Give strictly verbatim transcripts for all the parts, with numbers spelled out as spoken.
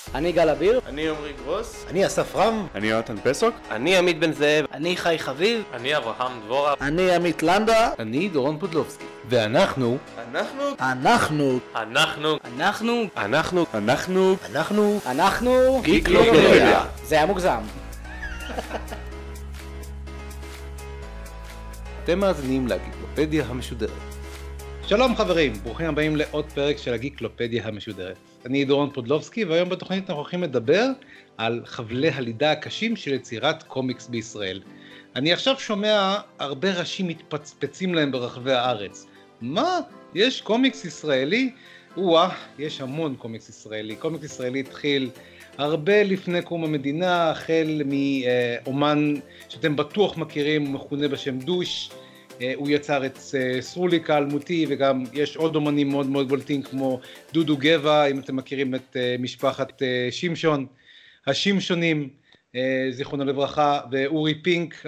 אני גל אביר. אני עומרי גרוס. אני אסף רם. אני יונתן פסוק. אני עמית בן זאב. אני חי חביב. אני אברהם דבורה. אני עמית לנדה. אני דורון פודלובסקי. ואנחנו אנחנו אנחנו אנחנו אנחנו אנחנו אנחנו אנחנו אנחנו גיקלופדיה. זה היה מוגזם. אתם מאזינים לגיקלופדיה המשודרת. שלום חברים, ברוכים הבאים לעוד פרק של הגיקלופדיה המשודרת. אני דורון פודלובסקי, והיום בתוכנית אנחנו הולכים לדבר על חבלי הלידה הקשים של יצירת קומיקס בישראל. אני עכשיו שומע הרבה ראשים מתפצפצים להם ברחבי הארץ. מה? יש קומיקס ישראלי? וואה, יש המון קומיקס ישראלי. קומיקס ישראלי התחיל הרבה לפני קום המדינה, החל מאומן שאתם בטוח מכירים, מכונה בשם דוש. הוא יצר את סרוליק האלמותי, וגם יש עוד אומנים מאוד מאוד בולטים כמו דודו גבע, אם אתם מכירים את משפחת שמשון, השמשונים, זיכרונו לברכה, ואורי פינק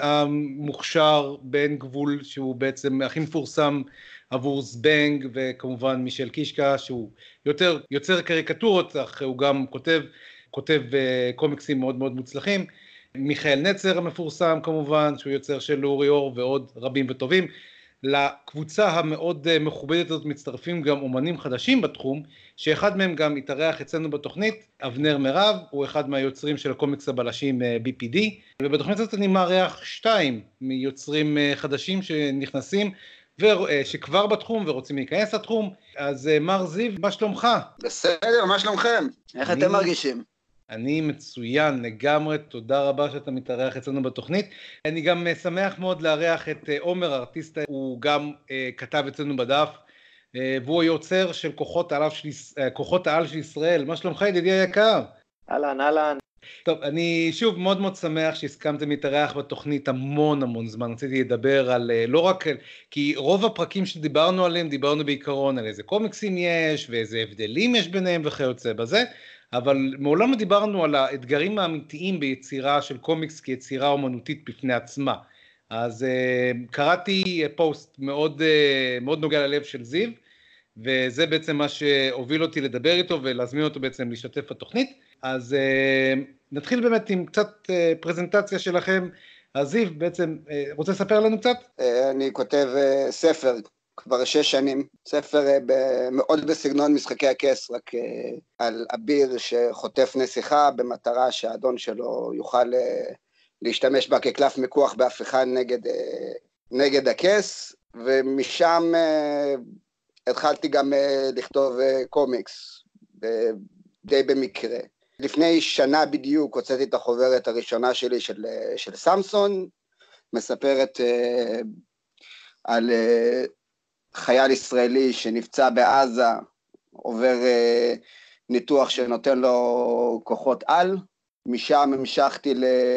המוכשר בין גבול, שהוא בעצם הכי מפורסם עבור זבנג, וכמובן מישל קישקה, שהוא יותר יוצר קריקטורות, אך הוא גם כותב, כותב קומיקסים מאוד מאוד מוצלחים. מיכאל נצר המפורסם כמובן, שהוא יוצר של אורי אור ועוד רבים וטובים. לקבוצה המאוד מכובדת הזאת מצטרפים גם אומנים חדשים בתחום, שאחד מהם גם התארח אצלנו בתוכנית, אבנר מרב, הוא אחד מהיוצרים של הקומיקס הבלשים בי פי די, ובתוכנית הזאת אני מארח שתיים מיוצרים חדשים שנכנסים, שכבר בתחום ורוצים להיכנס לתחום. אז מר זיו, מה שלומך? בסדר, מה שלומכם? איך אתם מרגישים? אני מצוין לגמרי, תודה רבה שאתה מתארח אצלנו בתוכנית. אני גם שמח מאוד לארח את עומר, הארטיסט, הוא גם uh, כתב אצלנו בדף, uh, והוא היוצר של כוחות העל של, uh, כוחות העל של ישראל. מה שלומך ידידי היקר? אהלן, אהלן. טוב, אני שוב מאוד מאוד שמח שהסכמתם להתארח בתוכנית המון המון זמן. רציתי לדבר על, uh, לא רק, כי רוב הפרקים שדיברנו עליהם, דיברנו בעיקרון על איזה קומיקסים יש, ואיזה הבדלים יש ביניהם וכיוצא בזה, אבל מעולם לא דיברנו על האתגרים האמיתיים ביצירה של קומיקס כיצירה אומנותית בפני עצמה. אז uh, קראתי פוסט מאוד, uh, מאוד נוגע ללב של זיו, וזה בעצם מה שהוביל אותי לדבר איתו ולהזמין אותו בעצם להשתתף בתוכנית. אז uh, נתחיל באמת עם קצת uh, פרזנטציה שלכם. אז זיו בעצם uh, רוצה לספר לנו קצת? אני כותב uh, ספר. כבר שש שנים, ספר מאוד בסגנון משחקי הכס, רק על אביר שחוטף נסיכה במטרה שהאדון שלו יוכל להשתמש בה כקלף מיקוח בהפיכה נגד, נגד הכס, ומשם התחלתי גם לכתוב קומיקס, די במקרה. לפני שנה בדיוק הוצאתי את החוברת הראשונה שלי של, של סמסון, מספרת על חייל ישראלי שנפצע בעזה, עובר אה, ניתוח שנותן לו כוחות על, משם המשכתי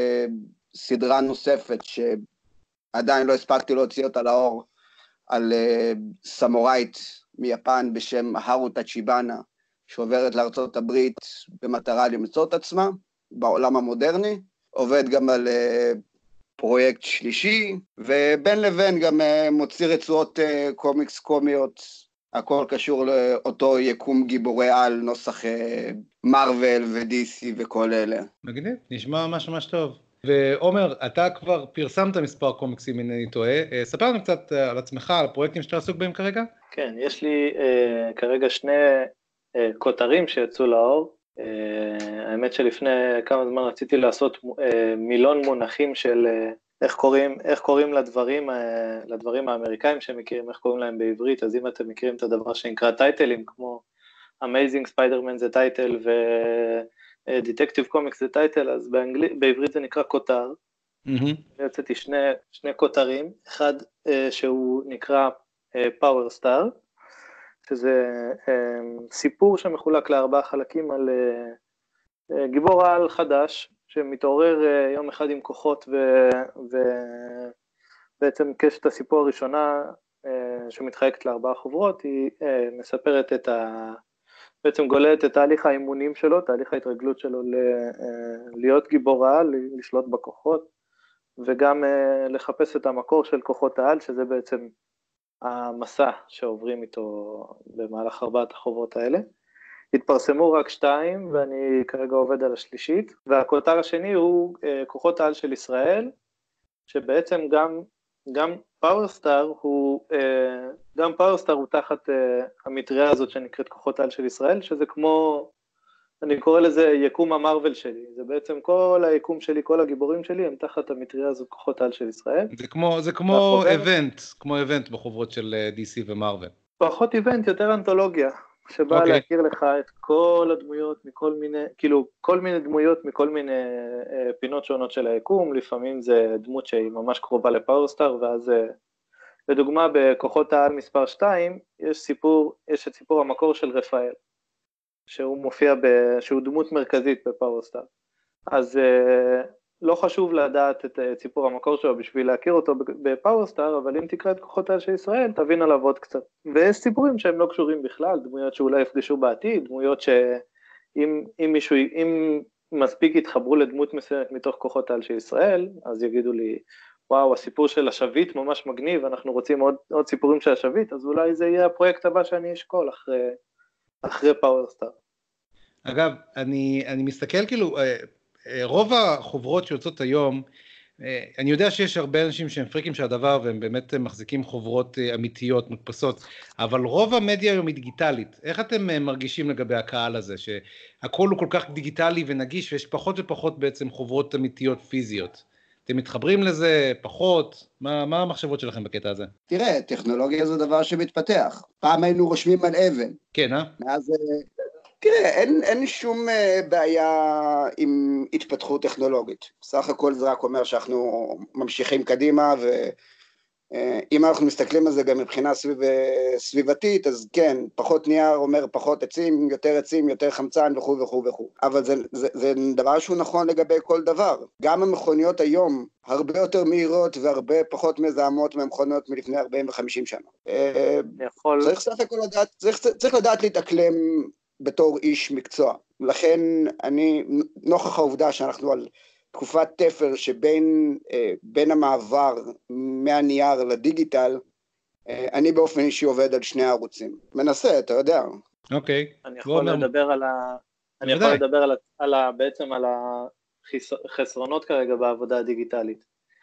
לסדרה נוספת שעדיין לא הספקתי להוציא אותה לאור, על אה, סמוראית מיפן בשם הארו טאצ'יבאנה, שעוברת לארצות הברית במטרה למצוא את עצמה בעולם המודרני, עובד גם על אה, פרויקט שלישי, ובין לבין גם מוציא רצועות קומיקס קומיות, הכל קשור לאותו יקום גיבורי על, נוסח מרוול ודי סי וכל אלה. מגניב, נשמע ממש ממש טוב. ועומר, אתה כבר פרסמת מספר קומיקסים, אם אני טועה, ספר לנו קצת על עצמך, על הפרויקטים שאתה עסוק בהם כרגע? כן, יש לי uh, כרגע שני uh, כותרים שיצאו לאור, Uh, האמת שלפני כמה זמן רציתי לעשות uh, מילון מונחים של uh, איך קוראים, איך קוראים לדברים, uh, לדברים האמריקאים שמכירים, איך קוראים להם בעברית. אז אם אתם מכירים את הדבר שנקרא טייטלים, כמו Amazing Spider-Man זה טייטל ו-Detective Comics זה טייטל, אז באנגלית, בעברית זה נקרא כותר. Mm-hmm. יצאתי שני, שני כותרים, אחד uh, שהוא נקרא uh, Power Star, שזה אה, סיפור שמחולק לארבעה חלקים על אה, גיבור על חדש, שמתעורר אה, יום אחד עם כוחות, ובעצם קשת הסיפור הראשונה, אה, שמתחלקת לארבעה חוברות, היא אה, מספרת את ה... בעצם גוללת את תהליך האימונים שלו, תהליך ההתרגלות שלו ל, אה, להיות גיבור על, לשלוט בכוחות, וגם אה, לחפש את המקור של כוחות העל, שזה בעצם המסע שעוברים איתו במהלך ארבעת החובות האלה. התפרסמו רק שתיים, ואני כרגע עובד על השלישית, והכותר השני הוא כוחות העל של ישראל, שבעצם גם, גם פאוורסטאר הוא, גם פאוורסטאר הוא תחת המטריה הזאת שנקראת כוחות העל של ישראל, שזה כמו, אני קורא לזה יקום המרוול שלי, זה בעצם כל היקום שלי, כל הגיבורים שלי, הם תחת המטריה הזאת כוחות העל של ישראל. זה כמו, זה כמו איבנט, כמו איבנט בחוברות של די סי ומרוול. פחות איבנט, יותר אנתולוגיה, שבא okay. להכיר לך את כל הדמויות מכל מיני, כאילו, כל מיני דמויות מכל מיני אה, פינות שונות של היקום, לפעמים זה דמות שהיא ממש קרובה לפאוורסטאר, ואז, אה, לדוגמה, בכוחות העל מספר שתיים, יש סיפור, יש את סיפור המקור של רפאל, שהוא מופיע, ב, שהוא דמות מרכזית בפאוורסטאר. אז אה, לא חשוב לדעת את אה, סיפור המקור שלו בשביל להכיר אותו בפאוורסטאר, אבל אם תקרא את כוחות העל של ישראל, תבין עליו עוד קצת. ויש סיפורים שהם לא קשורים בכלל, דמויות שאולי יפגשו בעתיד, דמויות שאם אם מישהו, אם מספיק יתחברו לדמות מסוימת מתוך כוחות העל של ישראל, אז יגידו לי, וואו, הסיפור של השביט ממש מגניב, אנחנו רוצים עוד, עוד סיפורים של השביט, אז אולי זה יהיה הפרויקט הבא שאני אשקול אחרי, אחרי פאוורסטאר. אגב, אני, אני מסתכל כאילו, רוב החוברות שיוצאות היום, אני יודע שיש הרבה אנשים שהם פריקים של הדבר, והם באמת מחזיקים חוברות אמיתיות, מודפסות, אבל רוב המדיה היום היא דיגיטלית. איך אתם מרגישים לגבי הקהל הזה, שהכל הוא כל כך דיגיטלי ונגיש, ויש פחות ופחות בעצם חוברות אמיתיות פיזיות? אתם מתחברים לזה פחות? מה, מה המחשבות שלכם בקטע הזה? תראה, טכנולוגיה זה דבר שמתפתח. פעם היינו רושמים על אבן. כן, אה? מאז... תראה, אין, אין שום בעיה עם התפתחות טכנולוגית. סך הכל זה רק אומר שאנחנו ממשיכים קדימה, ואם אנחנו מסתכלים על זה גם מבחינה סביב, סביבתית, אז כן, פחות נייר אומר פחות עצים, יותר עצים, יותר חמצן וכו' וכו' וכו'. אבל זה, זה, זה דבר שהוא נכון לגבי כל דבר. גם המכוניות היום הרבה יותר מהירות והרבה פחות מזהמות מהמכוניות מלפני ארבעים וחמישים שנה. יכול... צריך סך הכל לדעת, צריך, צריך לדעת להתאקלם בתור איש מקצוע. לכן אני, נוכח העובדה שאנחנו על תקופת תפר שבין אה, בין המעבר מהנייר לדיגיטל, אה, אני באופן אישי עובד על שני הערוצים. מנסה, אתה יודע. אוקיי. אני יכול לדבר על ה... אני יכול לדבר על ה... על ה... בעצם על החסרונות כרגע בעבודה הדיגיטלית.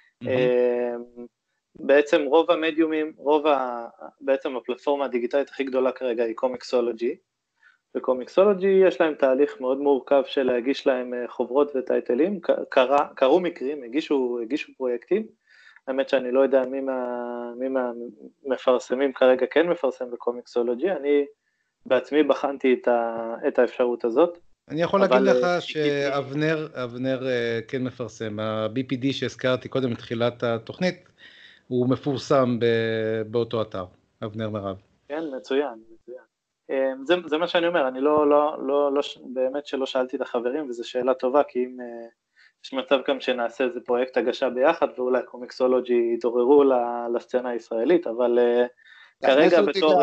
בעצם רוב המדיומים, רוב ה... בעצם הפלטפורמה הדיגיטלית הכי גדולה כרגע היא קומיקסולוגי, וקומיקסולוגי יש להם תהליך מאוד מורכב של להגיש להם חוברות וטייטלים, קרה, קרו מקרים, הגישו, הגישו פרויקטים, האמת שאני לא יודע מי, מה, מי מהמפרסמים כרגע כן מפרסם בקומיקסולוגי, אני בעצמי בחנתי את, ה, את האפשרות הזאת. אני יכול להגיד לך שאבנר אבנר כן מפרסם, ה-בי פי די שהזכרתי קודם מתחילת התוכנית, הוא מפורסם באותו אתר, אבנר מרב. כן, מצוין, מצוין. זה, זה מה שאני אומר, אני לא, לא, לא, לא, באמת שלא שאלתי את החברים, וזו שאלה טובה, כי אם יש מצב גם שנעשה איזה פרויקט הגשה ביחד, ואולי קומיקסולוגי יתעוררו לסצנה הישראלית, אבל כרגע בתור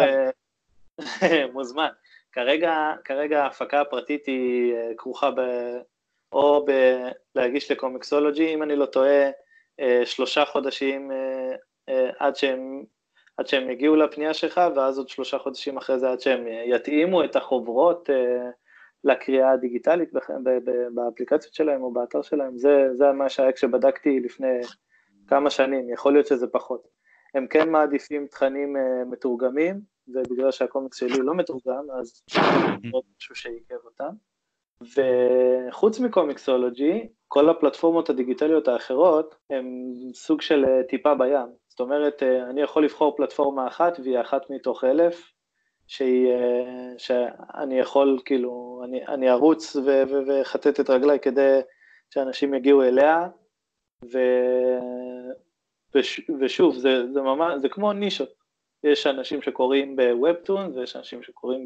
מוזמן, כרגע, כרגע ההפקה הפרטית היא כרוכה ב, או בלהגיש לקומיקסולוגי, אם אני לא טועה, שלושה חודשים עד שהם, עד שהם הגיעו לפנייה שלך, ואז עוד שלושה חודשים אחרי זה, עד שהם יתאימו את החוברות לקריאה הדיגיטלית באפליקציות שלהם או באתר שלהם. זה, זה מה שהיה כשבדקתי לפני כמה שנים, יכול להיות שזה פחות. הם כן מעדיפים תכנים מתורגמים, ובגלל שהקומיקס שלי לא מתורגם, אז עוד משהו שיקב אותם. וחוץ מקומיקסולוגי, כל הפלטפורמות הדיגיטליות האחרות, הם סוג של טיפה בים. זאת אומרת, אני יכול לבחור פלטפורמה אחת, והיא אחת מתוך אלף, שהיא, שאני יכול, כאילו, אני, אני ארוץ ו- ו- וחטט את רגליי כדי שאנשים יגיעו אליה, ו... וש... ושוב, זה, זה ממש, זה כמו נישות. יש אנשים שקוראים בוובטון, ויש אנשים שקוראים ב...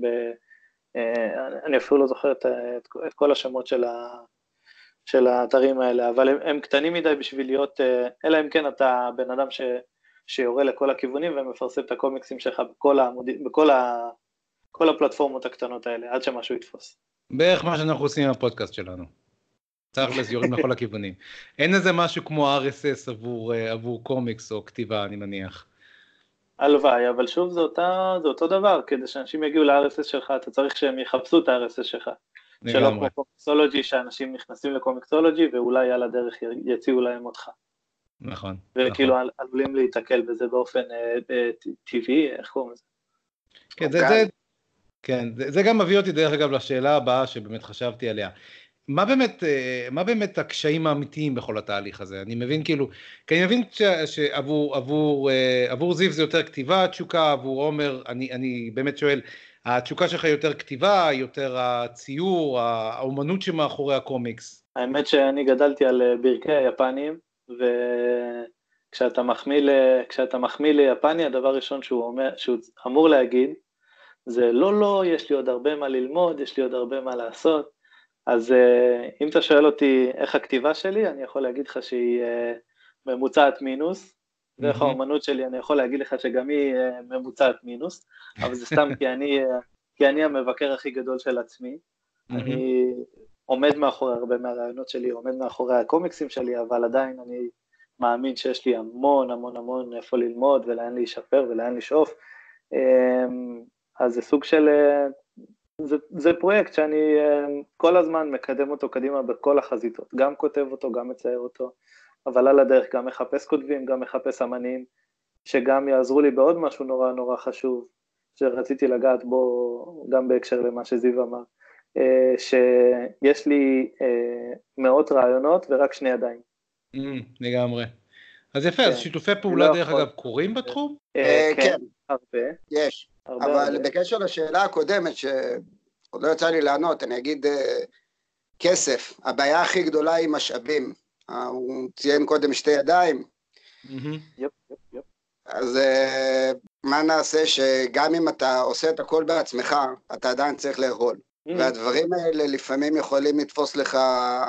אני אפילו לא זוכר את, את, את כל השמות של, ה, של האתרים האלה, אבל הם, הם קטנים מדי בשביל להיות, אלא אם כן אתה בן אדם ש, שיורה לכל הכיוונים, ומפרסם את הקומיקסים שלך בכל, העמודים, בכל ה, כל הפלטפורמות הקטנות האלה, עד שמשהו יתפוס. בערך מה שאנחנו עושים עם הפודקאסט שלנו. תכלס יורים לכל הכיוונים. אין איזה משהו כמו אר אס אס עבור, עבור קומיקס או כתיבה, אני מניח. הלוואי, אבל שוב זה, אותה, זה אותו דבר, כדי שאנשים יגיעו ל-אר אס אס שלך, אתה צריך שהם יחפשו את ה-אר אס אס שלך. שלא כמו קומיקסולוגי, שאנשים נכנסים לקומיקסולוגי, ואולי על הדרך יציעו להם אותך. נכון. וכאילו נכון. עלולים להתקל בזה באופן אה, טבעי, איך קוראים לזה? כן, זה, זה, כן זה, זה גם מביא אותי דרך אגב לשאלה הבאה שבאמת חשבתי עליה. מה באמת, מה באמת הקשיים האמיתיים בכל התהליך הזה? אני מבין כאילו, כי אני מבין ש, שעבור עבור, עבור זיו זה יותר כתיבה, התשוקה, עבור עומר, אני, אני באמת שואל, התשוקה שלך יותר כתיבה, יותר הציור, האומנות שמאחורי הקומיקס? האמת שאני גדלתי על ברכי היפנים, וכשאתה מחמיא, כשאתה מחמיא ליפני, הדבר ראשון שהוא, אומר, שהוא אמור להגיד, זה לא, לא, יש לי עוד הרבה מה ללמוד, יש לי עוד הרבה מה לעשות, אז אם אתה שואל אותי איך הכתיבה שלי, אני יכול להגיד לך שהיא ממוצעת מינוס, ואיך האומנות שלי, אני יכול להגיד לך שגם היא ממוצעת מינוס, אבל זה סתם כי אני, כי אני המבקר הכי גדול של עצמי, אני עומד מאחורי הרבה מהרעיונות שלי, עומד מאחורי הקומיקסים שלי, אבל עדיין אני מאמין שיש לי המון המון המון איפה ללמוד, ולאן להישפר ולאן לשאוף, אז זה סוג של... זה, זה פרויקט שאני כל הזמן מקדם אותו קדימה בכל החזיתות, גם כותב אותו, גם מצייר אותו, אבל על הדרך גם מחפש כותבים, גם מחפש אמנים, שגם יעזרו לי בעוד משהו נורא נורא חשוב, שרציתי לגעת בו גם בהקשר למה שזיו אמר, שיש לי מאות רעיונות ורק שני ידיים. לגמרי. אז יפה, אז שיתופי פעולה דרך אגב קורים בתחום? כן, הרבה. יש. אבל בקשר לשאלה הקודמת, שעוד לא יצא לי לענות, אני אגיד כסף. הבעיה הכי גדולה היא משאבים. הוא ציין קודם שתי ידיים. אז מה נעשה שגם אם אתה עושה את הכל בעצמך, אתה עדיין צריך לאכול. והדברים האלה לפעמים יכולים לתפוס לך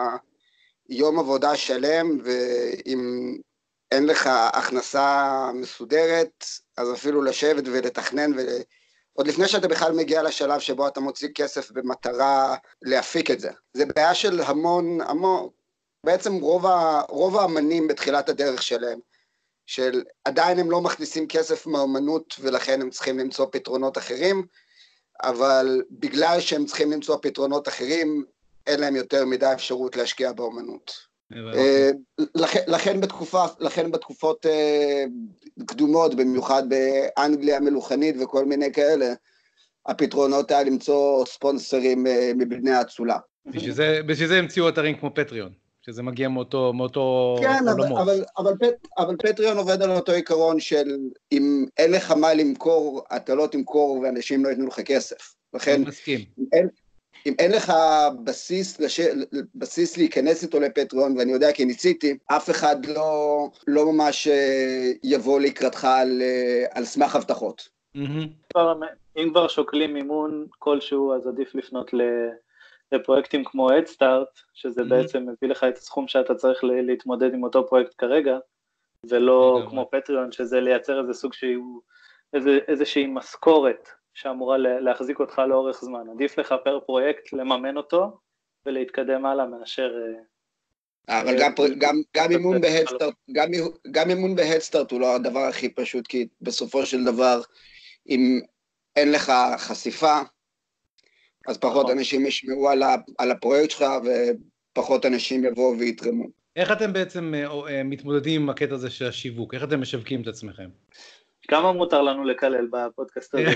יום עבודה שלם, ואם אין לך הכנסה מסודרת, אז אפילו לשבת ולתכנן, עוד לפני שאתה בכלל מגיע לשלב שבו אתה מוציא כסף במטרה להפיק את זה. זה בעיה של המון, המון, בעצם רוב, ה, רוב האמנים בתחילת הדרך שלהם, של עדיין הם לא מכניסים כסף מהאמנות, ולכן הם צריכים למצוא פתרונות אחרים, אבל בגלל שהם צריכים למצוא פתרונות אחרים, אין להם יותר מדי אפשרות להשקיע באמנות. לכן, לכן, בתקופה, לכן בתקופות קדומות, במיוחד באנגליה המלוכנית וכל מיני כאלה, הפתרונות היה למצוא ספונסרים מבני האצולה. בשביל זה, בשביל זה המציאו אתרים כמו פטריון, שזה מגיע מאותו, מאותו כן, עולמות. אבל, אבל, אבל, אבל פטריון עובד על אותו עיקרון של אם אין לך מה למכור, אתה לא תמכור ואנשים לא יתנו לך כסף. לכן, מסכים. אין, אם אין לך בסיס, לש... בסיס להיכנס איתו לפטריון, ואני יודע כי ניסיתי, אף אחד לא, לא ממש יבוא לקראתך על, על סמך הבטחות. Mm-hmm. אם כבר שוקלים מימון כלשהו, אז עדיף לפנות לפרויקטים כמו Head Start, שזה mm-hmm. בעצם מביא לך את הסכום שאתה צריך להתמודד עם אותו פרויקט כרגע, ולא mm-hmm. כמו פטריון, שזה לייצר איזה סוג שהוא, איזה, איזושהי משכורת, שאמורה להחזיק אותך לאורך זמן. עדיף לך פר פרויקט לממן אותו, ולהתקדם הלאה מאשר... אבל גם, גם, גם אימון בהדסטארט, גם, גם אימון בהדסטארט הוא לא הדבר הכי פשוט, כי בסופו של דבר, אם אין לך חשיפה, אז פחות אנשים ישמעו על, ה, על הפרויקט שלך, ופחות אנשים יבואו ויתרמו. איך אתם בעצם מתמודדים עם הקטע הזה של השיווק? איך אתם משווקים את עצמכם? כמה מותר לנו לקלל בפודקאסט הזה?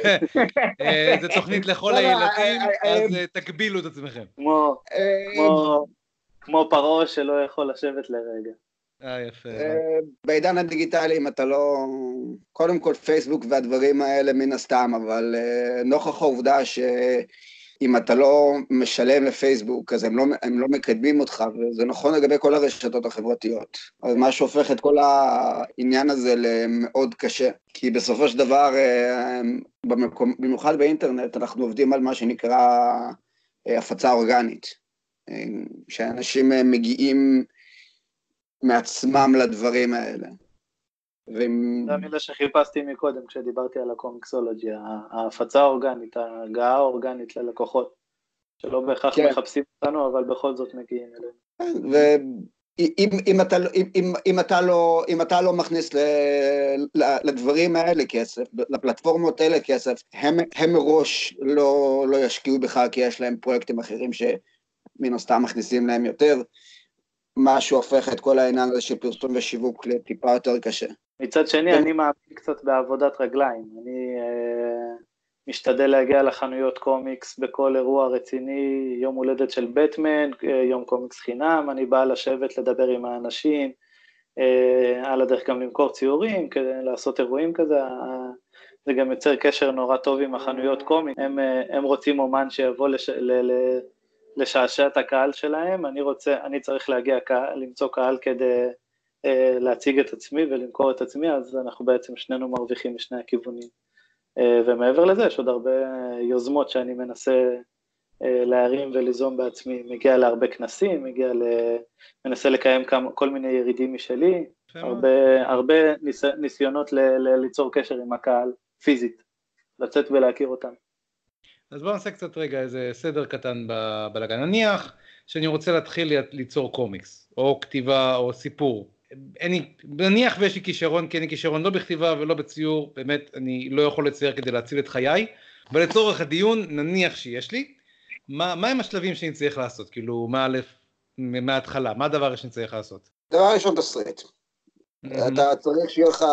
זה תוכנית לכל הילדים, אז תגבילו את עצמכם. כמו פרעה שלא יכול לשבת לרגע. אה, יפה. בעידן הדיגיטלי, אם אתה לא... קודם כל פייסבוק והדברים האלה מן הסתם, אבל נוכח העובדה שאם אתה לא משלם לפייסבוק, אז הם לא, הם לא מקדמים אותך, וזה נכון לגבי כל הרשתות החברתיות. אז מה שהופך את כל העניין הזה למאוד קשה, כי בסופו של דבר, במקום, במיוחד באינטרנט, אנחנו עובדים על מה שנקרא הפצה אורגנית, שאנשים מגיעים מעצמם לדברים האלה. זה המילה שחיפשתי מקודם כשדיברתי על הקומיקסולוגי, ההפצה האורגנית, ההגעה האורגנית ללקוחות, שלא בהכרח מחפשים אותנו, אבל בכל זאת מגיעים אלינו. אם, אם, אתה, אם, אם, אם, אתה לא, אם אתה לא מכניס ל, ל, לדברים האלה כסף, לפלטפורמות האלה כסף, הם, הם מראש לא, לא ישקיעו בך, כי יש להם פרויקטים אחרים שמן הסתם מכניסים להם יותר, מה שהופך את כל העניין הזה של פרסום ושיווק לטיפה יותר קשה. מצד שני, אני מאמין קצת בעבודת רגליים, אני uh, משתדל להגיע לחנויות קומיקס בכל אירוע רציני, יום הולדת של בטמן, יום קומיקס חינם, אני בא לשבת לדבר עם האנשים, uh, על הדרך גם למכור ציורים, כדי לעשות אירועים כזה, uh, זה גם יוצר קשר נורא טוב עם החנויות קומיקס, הם, uh, הם רוצים אומן שיבוא לש... ל... ל... לשעשע את הקהל שלהם, אני רוצה, אני צריך להגיע קהל, למצוא קהל כדי אה, להציג את עצמי ולמכור את עצמי, אז אנחנו בעצם שנינו מרוויחים משני הכיוונים. אה, ומעבר לזה, יש עוד הרבה יוזמות שאני מנסה אה, להרים וליזום בעצמי, מגיע להרבה כנסים, מגיע ל... מנסה לקיים כמה, כל מיני ירידים משלי, הרבה, הרבה ניס, ניסיונות ל, ל, ליצור קשר עם הקהל פיזית, לצאת ולהכיר אותם. אז בואו נעשה קצת רגע איזה סדר קטן בבלגן. נניח שאני רוצה להתחיל ליצור קומיקס, או כתיבה, או סיפור. אני, נניח ויש לי כישרון, כי אני כישרון לא בכתיבה ולא בציור, באמת אני לא יכול לצייר כדי להציל את חיי, אבל לצורך הדיון, נניח שיש לי, מה, מה הם השלבים שאני צריך לעשות? כאילו, מה א', מההתחלה, מה הדבר שאני צריך לעשות? דבר ראשון, תסריט. אתה צריך שיהיה לך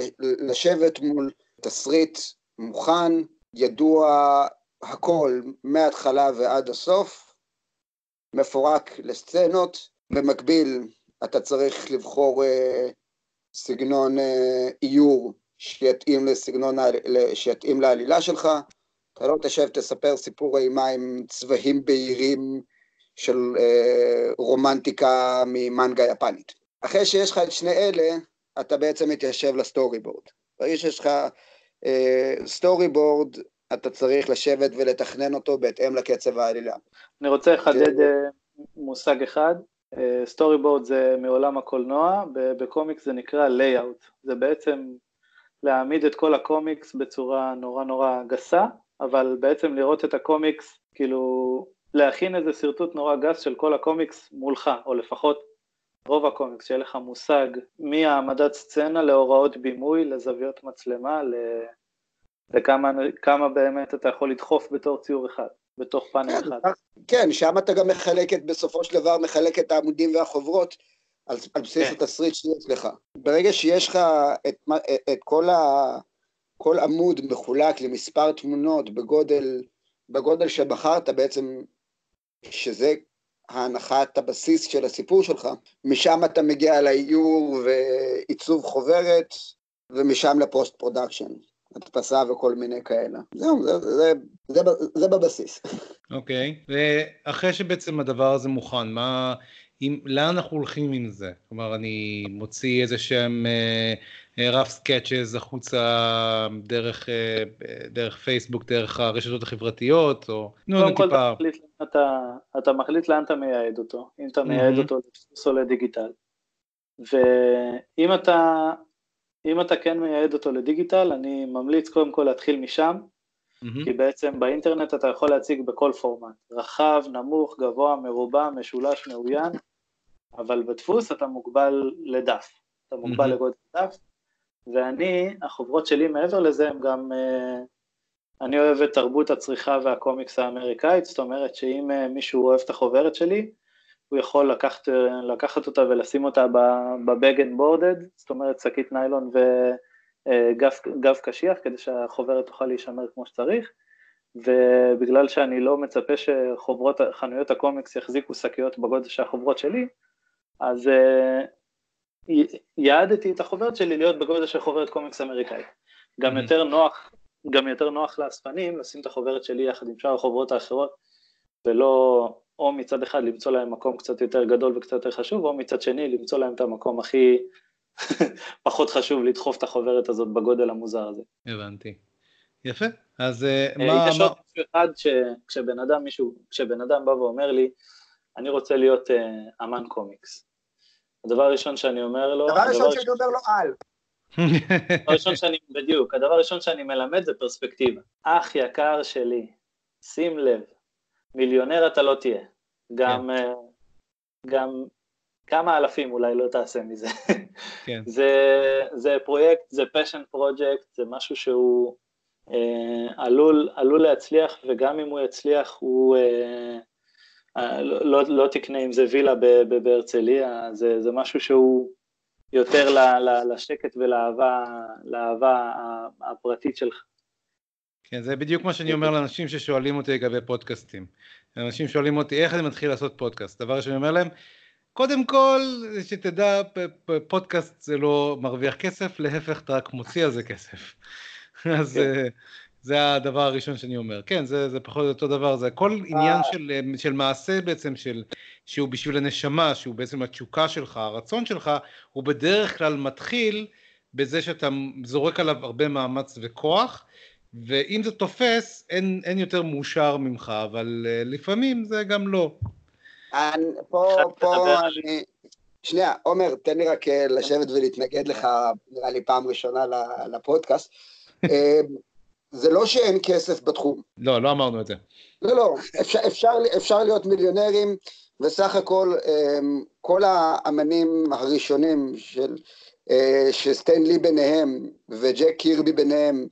לשבת מול תסריט מוכן, ידוע, הכל מההתחלה ועד הסוף, מפורק לסצנות, במקביל אתה צריך לבחור אה, סגנון אה, איור שיתאים לסגנון, שיתאים לעלילה שלך, אתה לא תשב תספר סיפור אימה עם צבעים בהירים של אה, רומנטיקה ממנגה יפנית. אחרי שיש לך את שני אלה, אתה בעצם מתיישב לסטורי בורד. ברגע שיש לך אה, סטורי בורד, אתה צריך לשבת ולתכנן אותו בהתאם לקצב העלילה. אני רוצה לחדד מושג אחד, סטורי בורד זה מעולם הקולנוע, בקומיקס זה נקרא לייאוט, זה בעצם להעמיד את כל הקומיקס בצורה נורא נורא גסה, אבל בעצם לראות את הקומיקס, כאילו להכין איזה סרטוט נורא גס של כל הקומיקס מולך, או לפחות רוב הקומיקס, שיהיה לך מושג מהעמדת סצנה להוראות בימוי, לזוויות מצלמה, ל... וכמה כמה באמת אתה יכול לדחוף בתור ציור אחד, בתוך פאנל אחד. כן, שם אתה גם מחלק את, בסופו של דבר, מחלק את העמודים והחוברות, על, על בסיס כן. התסריט שיש לך. ברגע שיש לך את, את כל, ה, כל עמוד מחולק למספר תמונות בגודל, בגודל שבחרת בעצם, שזה ההנחת הבסיס של הסיפור שלך, משם אתה מגיע לאיור ועיצוב חוברת, ומשם לפוסט פרודקשן. הדפסה וכל מיני כאלה. זהו, זה, זה, זה, זה בבסיס. אוקיי, okay. ואחרי שבעצם הדבר הזה מוכן, מה, אם, לאן אנחנו הולכים עם זה? כלומר, אני מוציא איזה שם רף סקצ'ז החוצה דרך, דרך פייסבוק, דרך הרשתות החברתיות, או... קודם כל אתה מחליט, אתה, אתה מחליט לאן אתה מייעד אותו, אם אתה מייעד אותו לדפוס או לדיגיטל. ואם אתה... אם אתה כן מייעד אותו לדיגיטל, אני ממליץ קודם כל להתחיל משם, mm-hmm. כי בעצם באינטרנט אתה יכול להציג בכל פורמט, רחב, נמוך, גבוה, מרובע, משולש, מאוין, אבל בדפוס אתה מוגבל לדף, אתה מוגבל mm-hmm. לגודל דף, ואני, החוברות שלי מעבר לזה, הם גם, אני אוהב את תרבות הצריכה והקומיקס האמריקאית, זאת אומרת שאם מישהו אוהב את החוברת שלי, הוא יכול לקחת, לקחת אותה ולשים אותה בבג אנד בורדד, זאת אומרת שקית ניילון וגב קשיח, כדי שהחוברת תוכל להישמר כמו שצריך, ובגלל שאני לא מצפה שחוברות, חנויות הקומיקס יחזיקו שקיות בגודל של החוברות שלי, אז יעדתי את החוברת שלי להיות בגודל של חוברת קומיקס אמריקאית. גם יותר נוח, גם יותר נוח לאספנים לשים את החוברת שלי יחד עם שאר החוברות האחרות, ולא... או מצד אחד למצוא להם מקום קצת יותר גדול וקצת יותר חשוב, או מצד שני למצוא להם את המקום הכי פחות חשוב לדחוף את החוברת הזאת בגודל המוזר הזה. הבנתי. יפה. אז מה... יש עוד משהו אחד שכשבן אדם מישהו, כשבן אדם בא ואומר לי, אני רוצה להיות אמן קומיקס. הדבר הראשון שאני אומר לו... הדבר הראשון שאני אומר לו על. הדבר הראשון שאני, בדיוק, הדבר הראשון שאני מלמד זה פרספקטיבה. אח יקר שלי, שים לב, מיליונר אתה לא תהיה, גם, גם כמה אלפים אולי לא תעשה מזה. כן. זה, זה פרויקט, זה passion project, זה משהו שהוא אה, עלול, עלול להצליח, וגם אם הוא יצליח, הוא אה, אה, לא, לא, לא תקנה אם זה וילה בהרצליה, זה, זה משהו שהוא יותר ל, ל, לשקט ולאהבה, לאהבה הפרטית שלך. כן, זה בדיוק מה שאני אומר לאנשים ששואלים אותי לגבי פודקאסטים. אנשים שואלים אותי איך אני מתחיל לעשות פודקאסט. דבר שאני אומר להם, קודם כל, שתדע, פודקאסט זה לא מרוויח כסף, להפך, אתה רק מוציא על זה כסף. אז זה הדבר הראשון שאני אומר. כן, זה, זה פחות אותו דבר, זה כל עניין של, של מעשה בעצם, של, שהוא בשביל הנשמה, שהוא בעצם התשוקה שלך, הרצון שלך, הוא בדרך כלל מתחיל בזה שאתה זורק עליו הרבה מאמץ וכוח, ואם זה תופס, אין, אין יותר מאושר ממך, אבל uh, לפעמים זה גם לא. אני, פה, פה, אני... שנייה, עומר, תן לי רק לשבת ולהתנגד לך, נראה לי פעם ראשונה לפודקאסט. זה לא שאין כסף בתחום. לא, לא אמרנו את זה. לא, לא, אפשר, אפשר, אפשר להיות מיליונרים, וסך הכל, כל האמנים הראשונים של, שסטיין לי ביניהם, וג'ק קירבי ביניהם,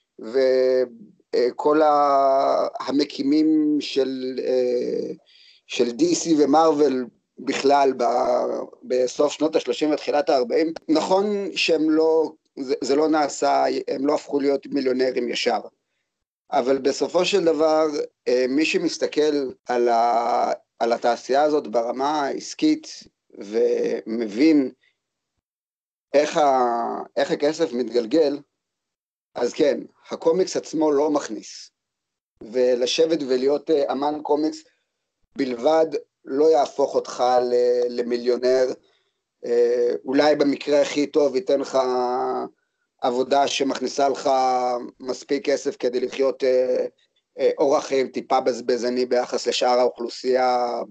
וכל המקימים של, של די סי ומרוול בכלל בסוף שנות ה-שלושים ותחילת ה-ארבעים, נכון שהם לא, זה, זה לא נעשה, הם לא הפכו להיות מיליונרים ישר, אבל בסופו של דבר, מי שמסתכל על, ה, על התעשייה הזאת ברמה העסקית, ומבין איך, ה, איך הכסף מתגלגל, אז כן, הקומיקס עצמו לא מכניס, ולשבת ולהיות אמן קומיקס בלבד לא יהפוך אותך למיליונר, אולי במקרה הכי טוב ייתן לך עבודה שמכניסה לך מספיק כסף כדי לחיות אורח חיים טיפה בזבזני ביחס לשאר האוכלוסייה,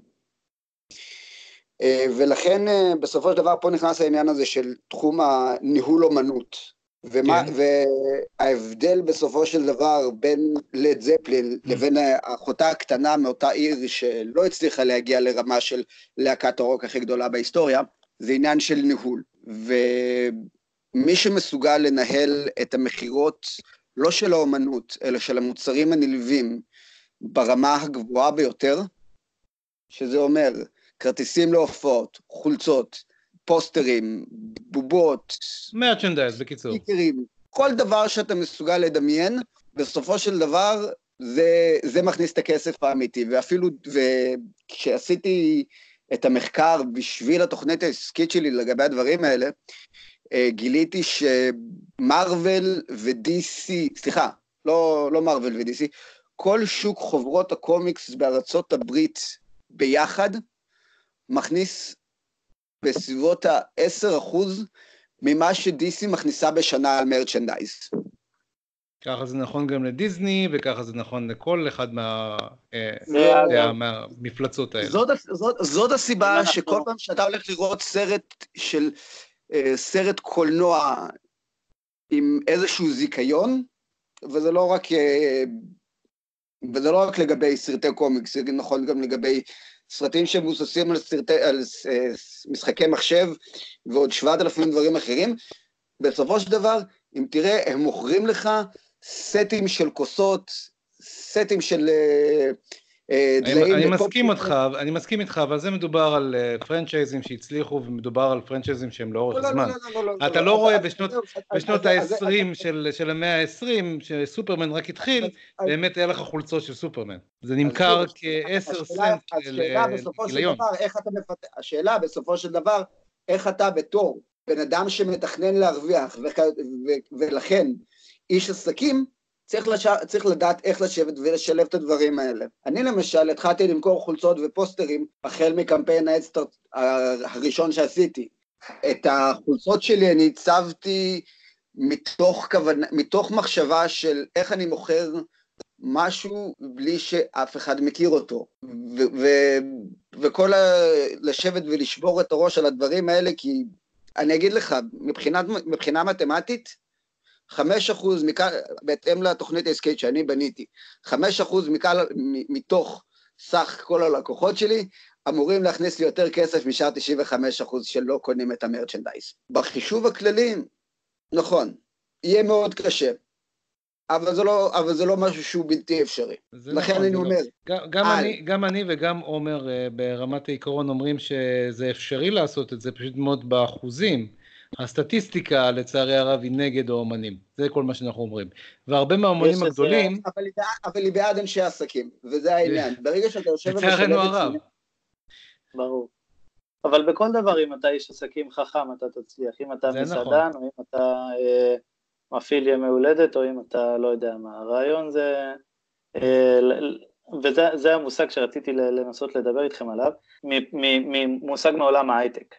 ולכן בסופו של דבר פה נכנס העניין הזה של תחום הניהול אומנות, ומה, כן. וההבדל בסופו של דבר בין לד זפלין לבין האחותה הקטנה מאותה עיר שלא הצליחה להגיע לרמה של להקת הרוק הכי גדולה בהיסטוריה, זה עניין של ניהול, ומי שמסוגל לנהל את המחירות לא של האומנות אלא של המוצרים הנלווים ברמה הגבוהה ביותר, שזה אומר כרטיסים להופעות, חולצות, פוסטרים, בובות, מרצ'נדייז בקיצור. סטיקרים, כל דבר שאתה מסוגל לדמיין, בסופו של דבר זה, זה מכניס את הכסף האמיתי, ואפילו, וכשעשיתי את המחקר בשביל התוכנית העסקית שלי לגבי הדברים האלה, גיליתי שמרוול ו-די סי, סליחה, לא, לא מרוול ו-די סי, כל שוק חוברות הקומיקס בארצות הברית ביחד, מכניס בסביבות ה-עשרה אחוז ממה ש-די סי מכניסה בשנה על מרצ'נדייז. ככה זה נכון גם לדיזני, וככה זה נכון לכל אחד מהמפלצות האלה. זאת הסיבה שכל פעם שאתה הולך לראות סרט של, סרט קולנוע עם איזשהו זיכיון, וזה לא רק, וזה לא רק לגבי סרטי קומיקס, זה נכון גם לגבי סרטים שמבוססים על, סרטי, על משחקי מחשב ועוד שבעת אלפים דברים אחרים, בסופו של דבר, אם תראה, הם מוכרים לך סטים של כוסות, סטים של דליים. אני מסכים איתך, אני מסכים איתך, אבל זה מדובר על פרנצ'ייזים שהצליחו, ומדובר על פרנצ'ייזים שהם לאורך הזמן. אתה לא רואה בשנות ה-עשרים של המאה ה-עשרים, שסופרמן רק התחיל, באמת היה לך חולצות של סופרמן. זה נמכר כ-עשר סנט ליום. השאלה בסופו של דבר, איך אתה בתור בן אדם שמתכנן להרוויח, ולכן איש עסקים, צריך, לש... צריך לדעת איך לשבת ולשלב את הדברים האלה. אני למשל התחלתי למכור חולצות ופוסטרים החל מקמפיין האדסטארט הראשון שעשיתי. את החולצות שלי אני הצבתי מתוך, כוונה, מתוך מחשבה של איך אני מוכר משהו בלי שאף אחד מכיר אותו. ו... ו... וכל ה... לשבת ולשבור את הראש על הדברים האלה, כי אני אגיד לך, מבחינת, מבחינה מתמטית, חמש אחוז, בהתאם לתוכנית העסקית שאני בניתי, חמש אחוז מתוך סך כל הלקוחות שלי, אמורים להכניס לי יותר כסף משאר תשעים וחמישה אחוז שלא קונים את המרצ'נדייז. בחישוב הכללי, נכון, יהיה מאוד קשה, אבל זה לא, אבל זה לא משהו שהוא בלתי אפשרי. לכן נכון, אני אומר, לא. גם, גם, אני, גם אני וגם עומר ברמת העיקרון אומרים שזה אפשרי לעשות את זה, פשוט מאוד באחוזים. הסטטיסטיקה לצערי הרב היא נגד האומנים, זה כל מה שאנחנו אומרים. והרבה מהאומנים הגדולים... זה, אבל, היא בעד, אבל היא בעד אנשי עסקים, וזה העניין. ברגע שאתה יושב ומשלב את זה... ברור. אבל בכל דבר, אם אתה איש עסקים חכם, אתה תצליח. אם אתה מסעדן, נכון. או אם אתה אה, מפעיל ימי הולדת, או אם אתה לא יודע מה. הרעיון זה... אה, וזה זה המושג שרציתי לנסות לדבר איתכם עליו, ממושג מעולם ההייטק.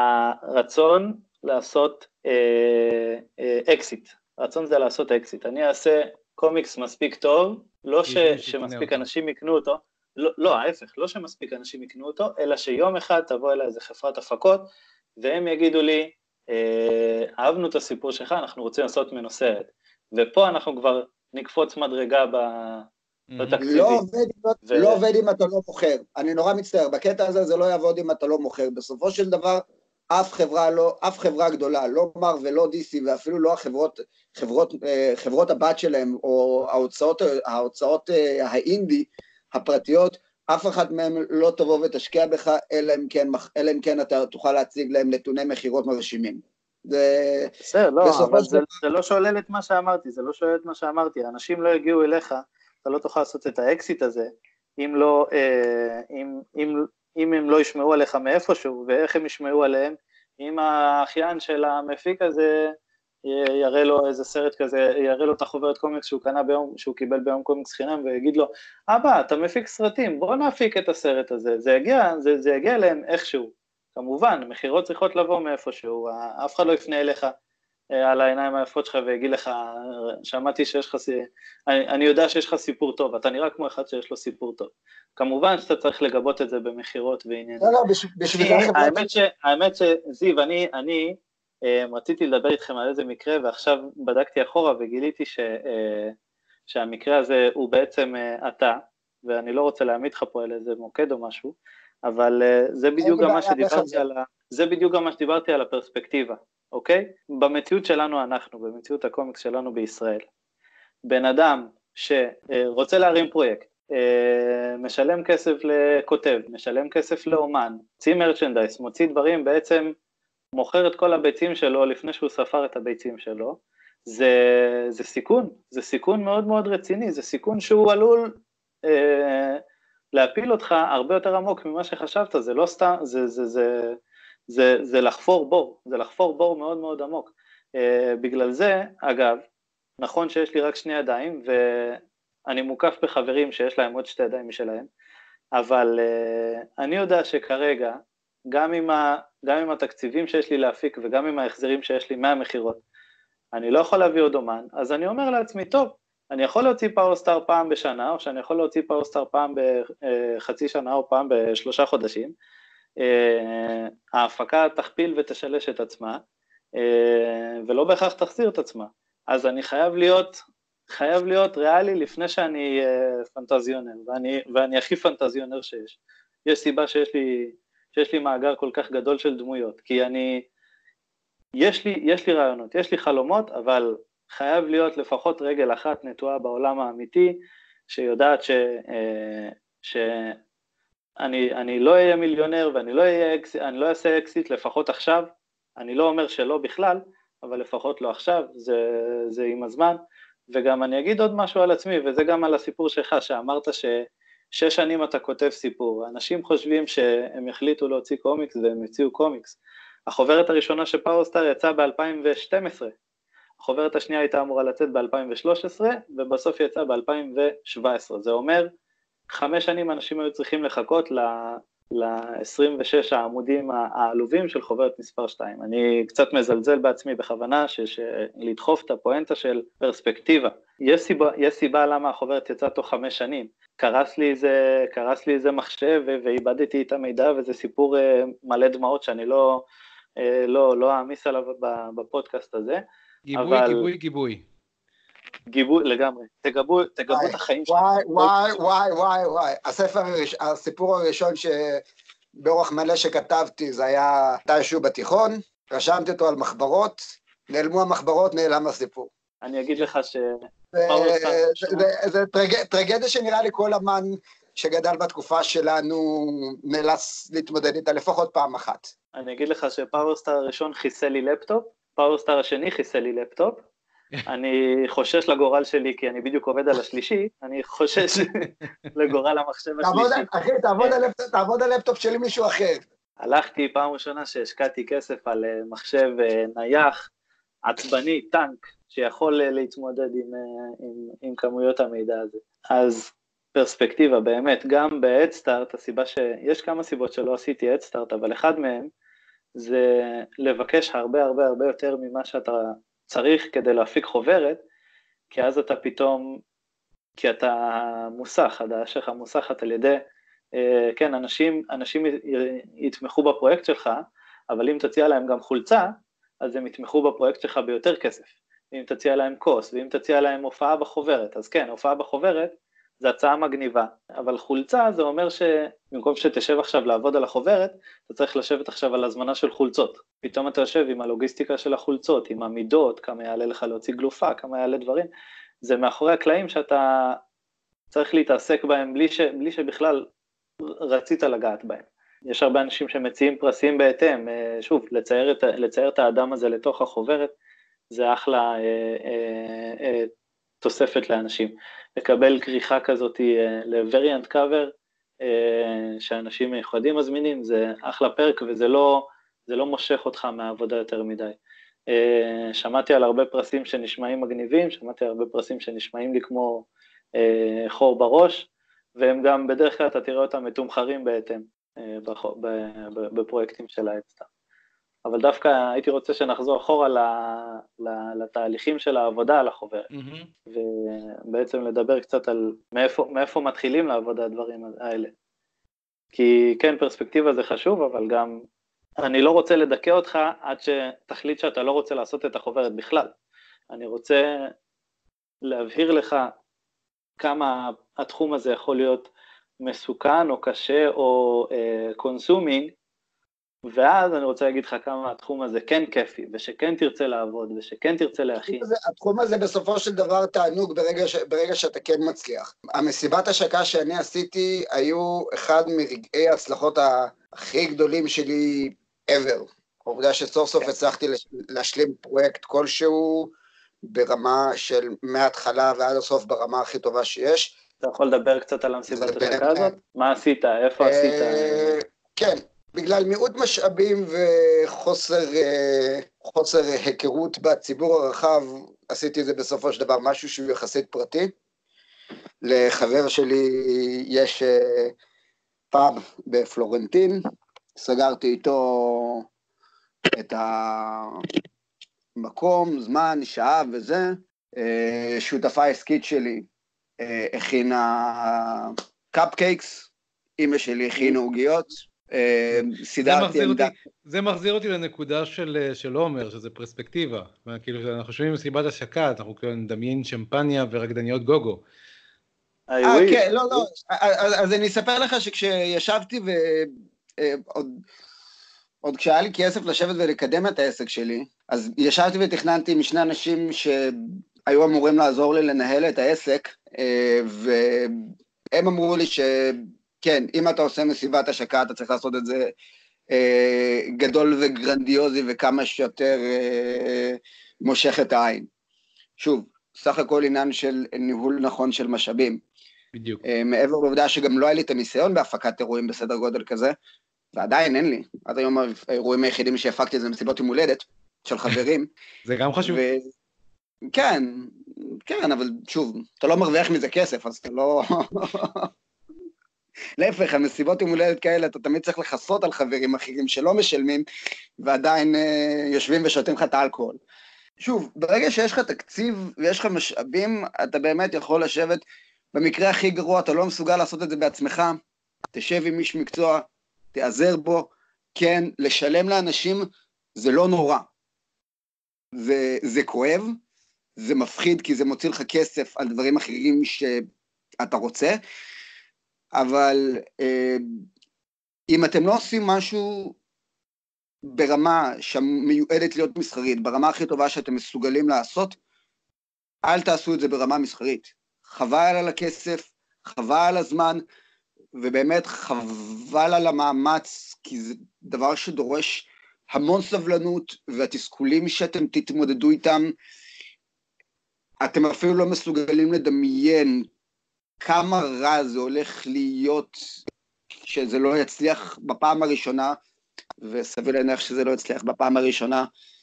הרצון לעשות אה, אה, אקסיט. הרצון זה לעשות אקסיט. אני אעשה קומיקס מספיק טוב, לא ש, שמספיק אנשים יקנו אותו, לא, לא, ההפך, לא שמספיק אנשים יקנו אותו, אלא שיום אחד תבוא אליי איזה חברת הפקות, והם יגידו לי, אה, אהבנו את הסיפור שלך, אנחנו רוצים לעשות ממנו סרט. ופה אנחנו כבר נקפוץ מדרגה בתקציבי. לא עובד, ו... לא עובד אם אתה לא מוכר. אני נורא מצטער, בקטע הזה זה לא יעבוד אם אתה לא מוכר. בסופו של דבר, אף חברה, לא, אף חברה גדולה, לא מר ולא די סי, ואפילו לא החברות, חברות, חברות הבת שלהם, או ההוצאות, ההוצאות האינדי, הפרטיות, אף אחת מהם לא תבוא ותשקיע בך, אלא אם כן, אלא אם כן אתה תוכל להציג להם נתוני מחירות מרשימים. זה... בסדר, לא, אבל זה, זה לא שולל את מה שאמרתי, זה לא שולל את מה שאמרתי, האנשים לא יגיעו אליך, אתה לא תוכל לעשות את האקסיט הזה, אם לא, אם, אם, אם הם לא ישמעו עליך מאיפשהו, ואיך הם ישמעו עליהם, אם האחיין של המפיק הזה יראה לו איזה סרט כזה, יראה לו את החוברת קומיקס שהוא קנה ביום, שהוא קיבל ביום קומיקס חינם, ויגיד לו, אבא, אתה מפיק סרטים, בוא נפיק את הסרט הזה, זה יגיע, זה, זה יגיע אליהם איכשהו, כמובן, מחירות צריכות לבוא מאיפשהו, אף אחד לא יפנה אליך על העיניים היפות שלך ויגיד לך, שמעתי שיש לך, אני, אני יודע שיש לך סיפור טוב, אתה נראה כמו אחד שיש לו סיפור טוב. כמובן שאתה צריך לגבות את זה במחירות ועניין. לא, לא, בשביל החברות... האמת, ש, האמת שזיו, אני, אני רציתי לדבר איתכם על איזה מקרה, ועכשיו בדקתי אחורה וגיליתי ש, שהמקרה הזה הוא בעצם אתה, ואני לא רוצה להעמיד לך פה על איזה מוקד או משהו, אבל זה בדיוק גם מה שדיברתי על, זה בדיוק גם מה שדיברתי על הפרספקטיבה, אוקיי? במציאות שלנו אנחנו, במציאות הקומיקס שלנו בישראל, בן אדם שרוצה להרים פרויקט, משלם כסף לכותב, משלם כסף לאומן, מוציא מרצ'נדייס, מוציא דברים, בעצם מוכר את כל הביצים שלו לפני שהוא ספר את הביצים שלו, זה, זה סיכון, זה סיכון מאוד מאוד רציני, זה סיכון שהוא עלול אה, להפיל אותך הרבה יותר עמוק ממה שחשבת, זה לא סתם, זה, זה, זה, זה, זה לחפור בור, זה לחפור בור מאוד מאוד עמוק. אה, בגלל זה, אגב, נכון שיש לי רק שני ידיים, ואני מוקף בחברים שיש להם עוד שתי ידיים משלהם, אבל אה, אני יודע שכרגע, גם עם, ה, גם עם התקציבים שיש לי להפיק, וגם עם ההחזרים שיש לי מהמחירות, אני לא יכול להביא עוד אומן, אז אני אומר לעצמי, טוב, אני יכול להוציא פאורסטאר פעם בשנה, או שאני יכול להוציא פאורסטאר פעם בחצי שנה, או פעם בשלושה חודשים, ההפקה תכפיל ותשלש את עצמה, ולא בהכרח תחזיר את עצמה, אז אני חייב להיות, חייב להיות ריאלי לפני שאני פנטזיונר, ואני, ואני הכי פנטזיונר שיש. יש סיבה שיש לי, שיש לי מאגר כל כך גדול של דמויות, כי אני, יש לי, יש לי רעיונות, יש לי חלומות, אבל חייב להיות לפחות רגל אחת נטועה בעולם האמיתי, שיודעת ש, שאני, אני לא אהיה מיליונר, ואני לא אהיה, אני לא אעשה אקסיט לפחות עכשיו, אני לא אומר שלא בכלל, אבל לפחות לא עכשיו, זה, זה עם הזמן, וגם אני אגיד עוד משהו על עצמי, וזה גם על הסיפור שלך, שאמרת ש, שש שנים אתה כותב סיפור, אנשים חושבים שהם יחליטו להוציא קומיקס, והם יוציאו קומיקס. החוברת הראשונה של פאורסטאר יצאה ב-אלפיים ושתים עשרה, החוברת השנייה הייתה אמורה לצאת ב-אלפיים ושלוש עשרה, ובסוף יצאה ב-אלפיים ושבע עשרה, זה אומר, חמש שנים אנשים היו צריכים לחכות ל-עשרים ושש העמודים העלובים של חוברת מספר שתיים, אני קצת מזלזל בעצמי בכוונה, לדחוף את הפואנטה של פרספקטיבה, יש סיבה, יש סיבה למה החוברת יצאה תוך חמש שנים, קרס לי איזה, קרס לי איזה מחשב, ואיבדתי את המידע, וזה סיפור מלא דמעות, שאני לא, לא, לא אעמיס עליו בפודקאסט הזה, גיבוי, אבל... גיבוי, גיבוי. גיבוי, לגמרי. תגבו, תגבו את החיים שלנו. וואי, וואי, וואי, וואי, וואי. הספר, הסיפור הראשון ש... באורח מלא שכתבתי, זה היה מתישהו בתיכון, רשמתי אותו על מחברות, נעלמו המחברות, נעלם הסיפור. אני אגיד לך ש... זה טרגדיה שנראה לי כל אמן שגדל בתקופה שלנו נאלץ להתמודד איתה לפחות פעם אחת. אני אגיד לך שפאוורסטאר הראשון חיסל לי לפטופ, פאוורסטאר השני חיסל לי לפטופ, אני חושש לגורל שלי, כי אני בדיוק עובד על השלישי, אני חושש לגורל המחשב השלישי. אחי, תעבוד על לפטופ שלי מישהו אחר. הלכתי פעם ראשונה שהשקעתי כסף על מחשב נייח, עצבני, טנק, שיכול להתמודד עם, עם, עם כמויות המידע הזה. אז פרספקטיבה, באמת, גם ב-Headstart, הסיבה שיש כמה סיבות שלא עשיתי Headstart, אבל אחד מהם זה לבקש הרבה הרבה הרבה יותר ממה שאתה צריך כדי להפיק חוברת, כי אז אתה פתאום, כי אתה מוסך, הדעה שלך מוסכת על ידי, כן, אנשים, אנשים יתמכו בפרויקט שלך, אבל אם תציע להם גם חולצה, אז הם יתמכו בפרויקט שלך ביותר כסף. אם תציע להם קוס, ואם תציע להם הופעה בחוברת, אז כן, הופעה בחוברת זה הצעה מגניבה, אבל חולצה זה אומר שבמקום שתשב עכשיו לעבוד על החוברת, אתה צריך לשבת עכשיו על הזמנה של חולצות. פתאום אתה יושב עם הלוגיסטיקה של החולצות, עם המידות, כמה יעלה לך להוציא גלופה, כמה יעלה דברים. זה מאחורי הקלעים שאתה צריך להתעסק בהם בלי, ש... בלי שבכלל רצית לגעת בהם. יש הרבה אנשים שמציעים פרסים בהתאם, שוב, לצייר את, לצייר את האדם הזה לתוך החוברת, זה אחלה אה, אה, אה, תוספת לאנשים. לקבל כריכה כזאת אה, ל-variant cover, אה, שאנשים מיוחדים מזמינים, זה אחלה פרק, וזה לא, זה לא מושך אותך מהעבודה יותר מדי. אה, שמעתי על הרבה פרסים שנשמעים מגניבים, שמעתי על הרבה פרסים שנשמעים לי כמו אה, חור בראש, והם גם בדרך כלל אתה תראה אותם מתומחרים בהתאם, אה, בפרויקטים של ההדסטארט. אבל דווקא הייתי רוצה שנחזור אחורה לתהליכים של העבודה על החוברת, mm-hmm. ובעצם לדבר קצת על מאיפה, מאיפה מתחילים לעבוד הדברים האלה. כי כן, פרספקטיבה זה חשוב, אבל גם אני לא רוצה לדכא אותך עד שתחליט שאתה לא רוצה לעשות את החוברת בכלל. אני רוצה להבהיר לך כמה התחום הזה יכול להיות מסוכן או קשה או קונסומינג, ואז אני רוצה להגיד לך כמה התחום הזה כן כיפי, ושכן תרצה לעבוד, ושכן תרצה להכין. התחום הזה בסופו של דבר תענוג ברגע, ש... ברגע שאתה כן מצליח. המסיבת השקה שאני עשיתי היו אחד מרגעי ההצלחות הכי גדולים שלי ever. העובדה שסוף סוף הצלחתי להשלים פרויקט כלשהו ברמה של מההתחלה ועד הסוף ברמה הכי טובה שיש. אתה יכול לדבר קצת על המסיבת השקה הזאת? מה עשית? איפה עשית? כן. בגלל מיעוט משאבים וחוסר חוסר היכרות בציבור הרחב, עשיתי את זה בסופו של דבר משהו שהוא יחסית פרטי. לחבר שלי יש פאב בפלורנטין, סגרתי איתו את המקום, זמן, שעה וזה. שותפה העסקית שלי הכינה קאפקייקס, אמא שלי הכינה עוגיות. סידרתי עמדה. זה מחזיר אותי לנקודה של, של עומר, שזה פרספקטיבה. כאילו, אנחנו שומעים מסיבת השקה, אנחנו כאילו נדמיין שמפניה ורקדניות גוגו. אה, כן, לא, לא. אז אני אספר לך שכשישבתי ועוד עוד כשהיה לי כסף לשבת ולקדם את העסק שלי, אז ישבתי ותכננתי עם שני אנשים שהיו אמורים לעזור לי לנהל את העסק, והם אמרו לי ש... כן, אם אתה עושה מסיבת השקה, אתה צריך לעשות את זה אה, גדול וגרנדיוזי וכמה שיותר אה, מושך את העין. שוב, סך הכל עניין של ניהול נכון של משאבים. בדיוק. אה, מעבר לעובדה שגם לא היה לי את הניסיון בהפקת אירועים בסדר גודל כזה, ועדיין אין לי. עד היום האירועים היחידים שהפקתי זה מסיבות יום הולדת של חברים. זה גם חשוב. ו... כן, כן, אבל שוב, אתה לא מרוויח מזה כסף, אז אתה לא... להפך, המסיבות יום הולדת כאלה, אתה תמיד צריך לחסות על חברים אחרים שלא משלמים, ועדיין אה, יושבים ושותים לך את האלכוהול. שוב, ברגע שיש לך תקציב ויש לך משאבים, אתה באמת יכול לשבת, במקרה הכי גרוע, אתה לא מסוגל לעשות את זה בעצמך, תשב עם איש מקצוע, תעזר בו, כן, לשלם לאנשים, זה לא נורא. זה, זה כואב, זה מפחיד, כי זה מוציא לך כסף על דברים אחרים שאתה רוצה, אבל אה, אם אתם לא עושים משהו ברמה שמיועדת להיות מסחרית, ברמה הכי טובה שאתם מסוגלים לעשות, אל תעשו את זה ברמה מסחרית. חבל על הכסף, חבל על הזמן, ובאמת חבל על המאמץ, כי זה דבר שדורש המון סבלנות, והתסכולים שאתם תתמודדו איתם, אתם אפילו לא מסוגלים לדמיין כמה רע זה הולך להיות, שזה לא יצליח בפעם הראשונה, וסביר להניח שזה לא יצליח בפעם הראשונה,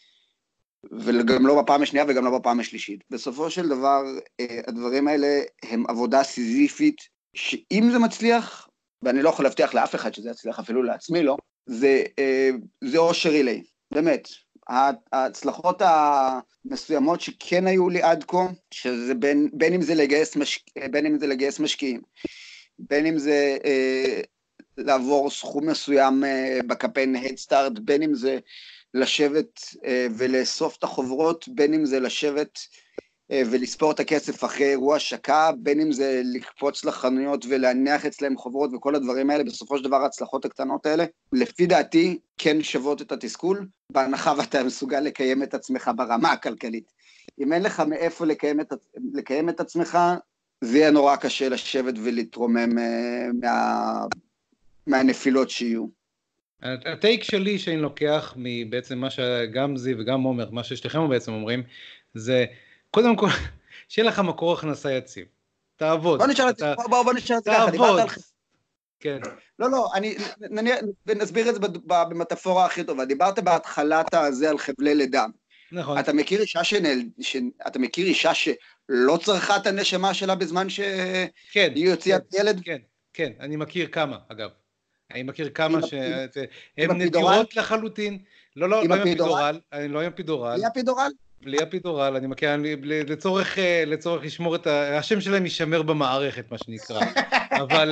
וגם לא בפעם השנייה וגם לא בפעם השלישית. בסופו של דבר, הדברים האלה הם עבודה סיזיפית, שאם זה מצליח, ואני לא יכול להבטיח לאף אחד שזה יצליח, אפילו לעצמי לא, זה, זה אושר עילי, באמת. ההצלחות המסוימות שכן היו לי עד כה, שזה בין, בין אם זה לגייס, משק, בין אם זה לגייס משקיעים, בין אם זה אה, לעבור סכום מסוים אה, בקמפיין Head Start, בין אם זה לשבת אה, ולאסוף את החוברות, בין אם זה לשבת אה, ולספור את הכסף אחרי אירוע השקה, בין אם זה לקפוץ לחנויות ולהניח אצלהם חוברות וכל הדברים האלה, בסופו של דבר ההצלחות הקטנות האלה, לפי דעתי כן שוות את התסכול, בהנחה ואתה מסוגל לקיים את עצמך ברמה הכלכלית. אם אין לך מאיפה לקיים את, לקיים את עצמך, זה יהיה נורא קשה לשבת ולהתרומם אה, מה, מהנפילות שיהיו. הטייק שלי שאני לוקח מבעצם מה שגם זי וגם עומר, מה ששתיכם בעצם אומרים, זה קודם כל, שיהיה לך מקור הכנסה יציב. תעבוד. בוא נשאר את זה, בוא, בוא נשאר את זה ככה. תעבוד. כן. לא, לא, אני, נסביר את זה במטאפורה הכי טובה. דיברת בהתחלת הזה על חבלי לידה. נכון. אתה מכיר אישה שנל, אתה מכיר אישה שלא צריכה את הנשמה שלה בזמן שהיא יוציאה את ילד? כן, כן, אני מכיר כמה, אגב. אני מכיר כמה שהן נדירות לחלוטין. לא, לא, לא עם הפידורל. אני לא עם הפידורל. בלי הפידורל? בלי הפידורל, אני מכיר, לצורך, לצורך לשמור את ה... השם שלהם יישמר במערכת, מה שנקרא. אבל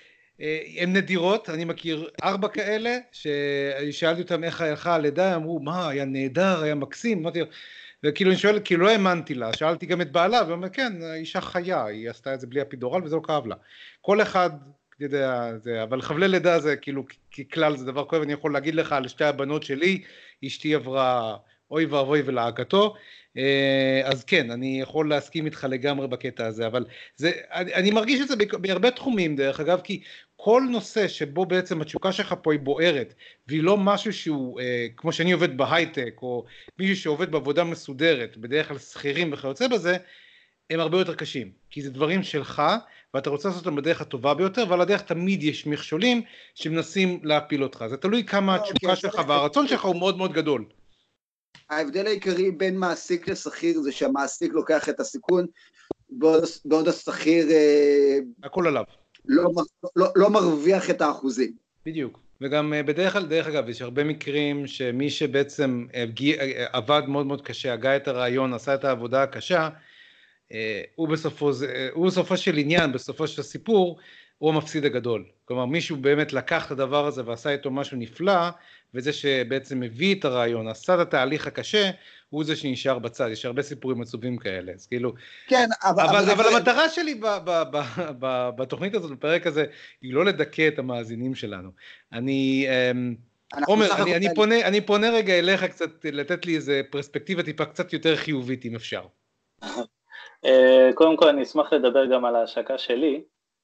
הן נדירות, אני מכיר ארבע כאלה, ששאלתי אותם איך הלכה הלידה, אמרו, מה, היה נהדר, היה מקסים, אמרתי, וכאילו אני שואל, כאילו לא האמנתי לה, שאלתי גם את בעלה, והוא אומר, כן, האישה חיה, היא עשתה את זה בלי הפידורל, וזה לא כאב לה. כל אחד, יודע, זה, אבל חבלי לידה זה כאילו, ככלל זה דבר כואב, אני יכול להגיד לך על שתי הבנות שלי, אשתי עברה אוי ואבוי ולהקתו, אז כן, אני יכול להסכים איתך לגמרי בקטע הזה, אבל זה, אני, אני מרגיש את זה בהרבה תחומים דרך אגב, כי כל נושא שבו בעצם התשוקה שלך פה היא בוערת, והיא לא משהו שהוא, אה, כמו שאני עובד בהייטק, או מישהו שעובד בעבודה מסודרת, בדרך כלל שכירים וכיוצא בזה, הם הרבה יותר קשים, כי זה דברים שלך, ואתה רוצה לעשות אותם בדרך הטובה ביותר, ועל הדרך תמיד יש מכשולים שמנסים להפיל אותך, זה תלוי כמה התשוקה שלך והרצון שלך הוא מאוד מאוד גדול. ההבדל העיקרי בין מעסיק לשכיר זה שהמעסיק לוקח את הסיכון, בעוד, בעוד השכיר הכל עליו. לא, לא, לא מרוויח את האחוזים. בדיוק, וגם בדרך כלל, דרך אגב, יש הרבה מקרים שמי שבעצם עבד מאוד מאוד קשה, הגה את הרעיון, עשה את העבודה הקשה, הוא בסופו, הוא בסופו של עניין, בסופו של הסיפור, הוא המפסיד הגדול. כלומר, מישהו באמת לקח את הדבר הזה ועשה איתו משהו נפלא, וזה שבעצם מביא את הרעיון, עשה את התהליך הקשה, הוא זה שנשאר בצד. יש הרבה סיפורים עצובים כאלה, אז כאילו... כן, אבל... אבל, אבל, אבל זה... המטרה שלי ב, ב, ב, ב, בתוכנית הזאת, בפרק הזה, היא לא לדכא את המאזינים שלנו. אני... עומר, אני, אני, פונה, אני פונה רגע אליך קצת, לתת לי איזה פרספקטיבה טיפה קצת יותר חיובית, אם אפשר. קודם כל, אני אשמח לדבר גם על ההשקה שלי.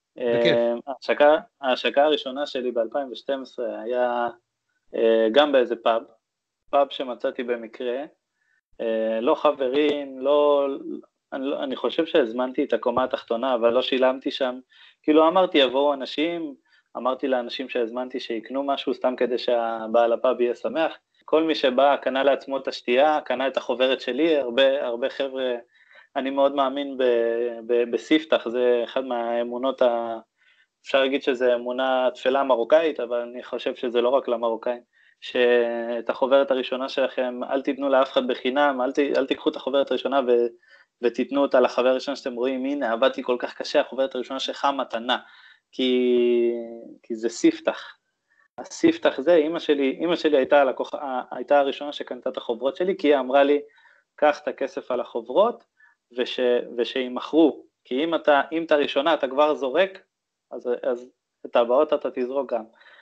ההשקה, ההשקה הראשונה שלי ב-אלפיים ושתים עשרה היה גם באיזה פאב, פאב שמצאתי במקרה, לא חברים, לא, אני, אני חושב שהזמנתי את הקומה התחתונה, אבל לא שילמתי שם, כאילו אמרתי יבואו אנשים, אמרתי לאנשים שהזמנתי שיקנו משהו סתם כדי שהבעל הפאב יהיה שמח, כל מי שבא קנה לעצמו את השתייה, קנה את החוברת שלי, הרבה, הרבה חבר'ה, אני מאוד מאמין ב, ב, בספתח, זה אחד מהאמונות, ה, אפשר להגיד שזה אמונה תפלה מרוקאית, אבל אני חושב שזה לא רק למרוקאים, שאת החוברת הראשונה שלכם, אל תיתנו לאף אחד בחינם, אל, ת, אל תיקחו את החוברת הראשונה ו, ותיתנו אותה לחבר הראשון שאתם רואים, הנה, עבדתי כל כך קשה, החוברת הראשונה שלך מתנה, כי, כי זה ספתח. הספתח זה, אמא שלי, אמא שלי הייתה, הלקוח, הייתה הראשונה שקנתה את החוברות שלי, כי היא אמרה לי, קח את הכסף על החוברות, וש, ושימחרו, כי אם אתה, אם אתה ראשונה, אתה כבר זורק, אז, אז את הבאות אתה תזרוק גם.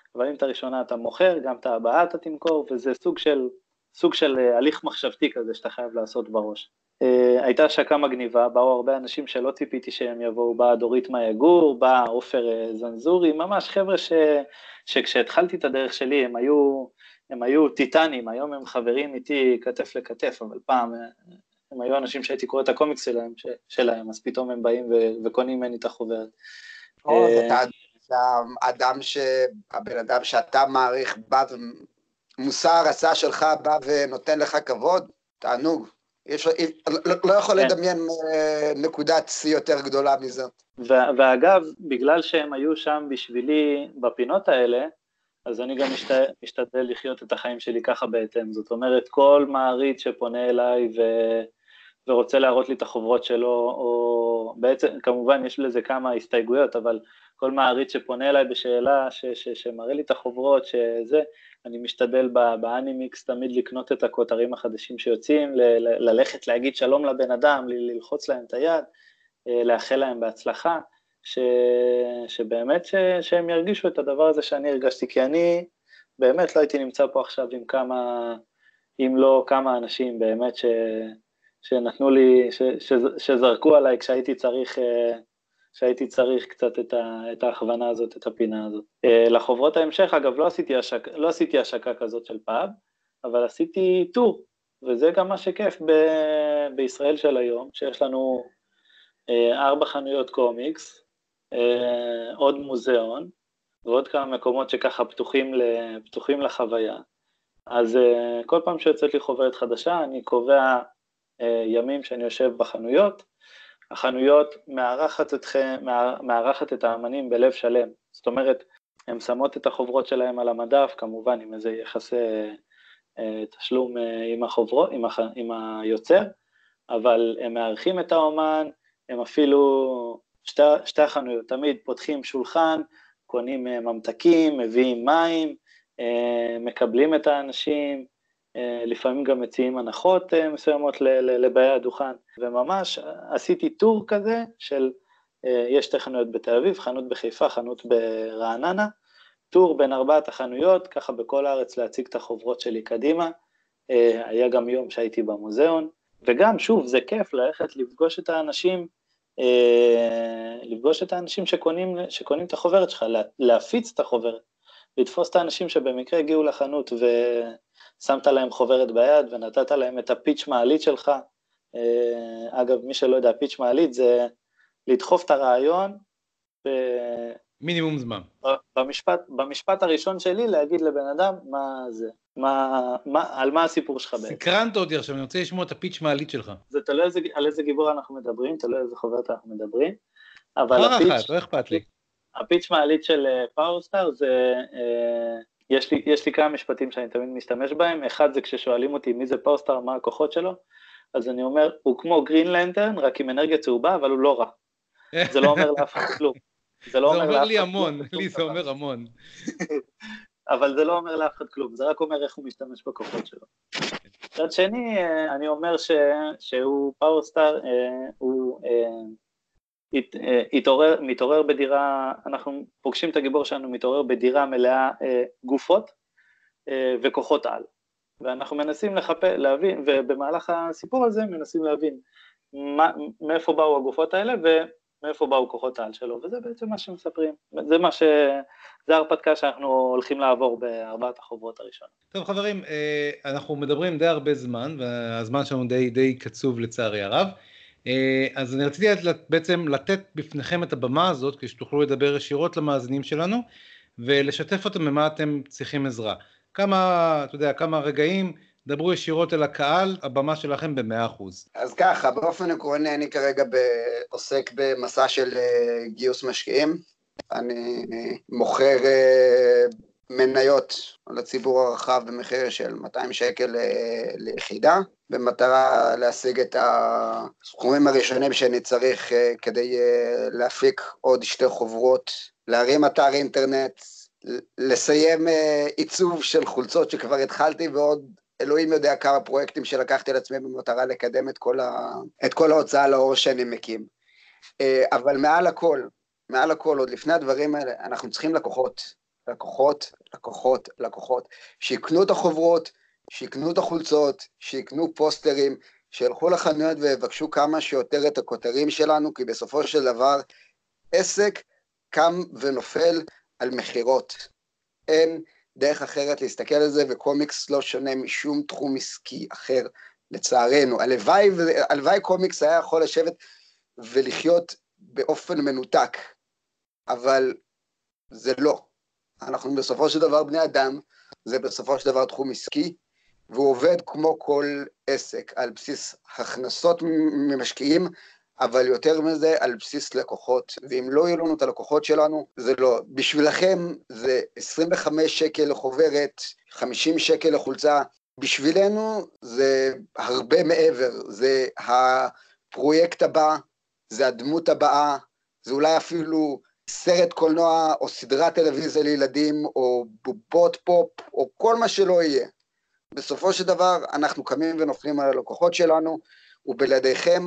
אבל אם את הראשונה אתה מוכר, גם את הבאה אתה תמכור, וזה סוג של, סוג של הליך מחשבתי כזה שאתה חייב לעשות בראש. הייתה השקה מגניבה, באו הרבה אנשים שלא ציפיתי שהם יבואו, באה דורית מאיגור, באה עופר זנזורי, ממש חבר'ה ש, שכשהתחלתי את הדרך שלי הם היו, הם היו טיטנים, היום הם חברים איתי כתף לכתף, אבל פעם הם היו אנשים שהייתי קורא את הקומיקס שלהם, שלהם אז פתאום הם באים ו, וקונים ממני את החוברת. או, זה האדם ש... הבן אדם שאתה מעריך בא ומוסר הרצאה שלך בא ונותן לך כבוד, תענוג. יש, לא, לא יכול לדמיין נקודת שיא יותר גדולה מזה. ואגב, בגלל שהם היו שם בשבילי בפינות האלה, אז אני גם משת, משתדל לחיות את החיים שלי ככה בהתאם. זאת אומרת, כל מעריץ שפונה אליי ו, ורוצה להראות לי את החוברות שלו, או בעצם, כמובן יש לזה כמה הסתייגויות, אבל כל מעריץ שפונה אליי בשאלה ש, ש, שמראה לי את החוברות, שזה, אני משתדל באנימיקס תמיד לקנות את הכותרים החדשים שיוצאים, ל, ל, ללכת להגיד שלום לבן אדם, ל, ללחוץ להם את היד, לאחל להם בהצלחה, ש, שבאמת ש, שהם ירגישו את הדבר הזה שאני הרגשתי, כי אני באמת לא הייתי נמצא פה עכשיו עם כמה, אם לא כמה אנשים באמת ש, שנתנו לי, ש, ש, שזרקו עליי כשהייתי צריך, שהייתי צריך קצת את, ה, את ההכוונה הזאת, את הפינה הזאת. לחוברות ההמשך, אגב, לא עשיתי השקה, לא עשיתי השקה כזאת של פאב, אבל עשיתי טור, וזה גם מה שכיף ב, בישראל של היום, שיש לנו ארבע חנויות קומיקס, עוד מוזיאון, ועוד כמה מקומות שככה פתוחים, פתוחים לחוויה. אז כל פעם שיוצאת לי חוברת חדשה, אני קובע ימים שאני יושב בחנויות, החנויות מארחת אתכם, מארחת את האמנים בלב שלם, זאת אומרת, הן שמות את החוברות שלהם על המדף, כמובן עם איזה יחסי תשלום עם, החוברות, עם, הח, עם היוצר, אבל הם מארחים את האומן, הם אפילו, שתי, שתי החנויות, תמיד פותחים שולחן, קונים ממתקים, מביאים מים, מקבלים את האנשים, לפעמים גם מציעים הנחות מסוימות לבעי הדוכן, וממש עשיתי טור כזה של, יש שתי חנויות בתל אביב, חנות בחיפה, חנות ברעננה, טור בין ארבעת החנויות, ככה בכל הארץ להציג את החוברות שלי קדימה, היה גם יום שהייתי במוזיאון, וגם שוב זה כיף ללכת לפגוש את האנשים, לפגוש את האנשים שקונים, שקונים את החוברת שלך, להפיץ את החוברת, לתפוס את האנשים שבמקרה הגיעו לחנות ושמת להם חוברת ביד ונתת להם את הפיץ' מעלית שלך. אגב, מי שלא יודע, פיץ' מעלית זה לדחוף את הרעיון, מינימום זמן. במשפט, במשפט הראשון שלי להגיד לבן אדם מה זה, מה, מה, על מה הסיפור שלך בעצם. סקרנת אותי עכשיו, אני רוצה לשמוע את הפיץ' מעלית שלך. זה תלוי איזה, על איזה גיבור אנחנו מדברים, תלוי איזה חוברת אנחנו מדברים, אבל אחת, הפיץ', לא אכפת לי. הפיץ' מעלית של פאורסטאר זה, אה, יש לי, יש לי כמה משפטים שאני תמיד משתמש בהם, אחד זה כששואלים אותי מי זה פאורסטאר, מה הכוחות שלו, אז אני אומר, הוא כמו גרין לנטרן, רק עם אנרגיה צהובה, אבל הוא לא רע. זה לא אומר לאף אחד כלום. זה לא אומר לי המון, לי זה אומר המון. אבל זה לא אומר לאף אחד כלום, זה רק אומר איך הוא משתמש בכוחות שלו. מצד שני, אני אומר שהוא פאורסטאר, הוא מתעורר בדירה, אנחנו פוגשים את הגיבור שלנו, מתעורר בדירה מלאה גופות וכוחות על. ואנחנו מנסים לחפש, להבין, ובמהלך הסיפור הזה מנסים להבין מאיפה באו הגופות האלה, מאיפה באו כוחות העל שלו, וזה בעצם מה שמספרים. זה מה ש... זה ההרפתקה שאנחנו הולכים לעבור בארבעת החוברות הראשונות. טוב חברים, אנחנו מדברים די הרבה זמן, והזמן שלנו די, די קצוב לצערי הרב, אז אני רציתי בעצם לתת בפניכם את הבמה הזאת, כדי שתוכלו לדבר ישירות למאזינים שלנו, ולשתף אותם במה אתם צריכים עזרה. כמה, אתה יודע, כמה רגעים, דברו ישירות אל הקהל, הבמה שלכם ב-מאה אחוז. אז ככה, באופן עקרוני אני כרגע עוסק במסע של גיוס משקיעים, אני מוכר מניות לציבור הרחב במחיר של מאתיים שקל ליחידה, במטרה להשיג את הסכומים הראשונים שאני צריך כדי להפיק עוד שתי חוברות, להרים אתר אינטרנט, לסיים עיצוב של חולצות שכבר התחלתי ועוד אלוהים יודע כמה פרויקטים שלקחתי לעצמי במטרה לקדם את כל, ה... את כל ההוצאה לאור שאני מקים. אבל מעל הכל, מעל הכל, עוד לפני הדברים האלה, אנחנו צריכים לקוחות, לקוחות לקוחות, לקוחות, שיקנו את החוברות, שיקנו את החולצות, שיקנו פוסטרים, שילכו לחנויות ויבקשו כמה שיותר את הכותרים שלנו, כי בסופו של דבר עסק קם ונופל על מחירות. אין דרך אחרת להסתכל על זה, וקומיקס לא שונה משום תחום עסקי אחר, לצערנו. הלוואי, הלוואי קומיקס היה יכול לשבת ולחיות באופן מנותק, אבל זה לא. אנחנו בסופו של דבר בני אדם, זה בסופו של דבר תחום עסקי, והוא עובד כמו כל עסק, על בסיס הכנסות ממשקיעים, אבל יותר מזה על בסיס לקוחות, ואם לא יהיו לנו את הלקוחות שלנו, זה לא. בשבילכם זה עשרים וחמישה שקל לחוברת, חמישים שקל לחולצה, בשבילנו זה הרבה מעבר, זה הפרויקט הבא, זה הדמות הבאה, זה אולי אפילו סרט קולנוע או סדרת טלוויזיה לילדים, או בובות פופ, או כל מה שלא יהיה. בסופו של דבר אנחנו קמים ונופלים על הלקוחות שלנו, ובלעדיכם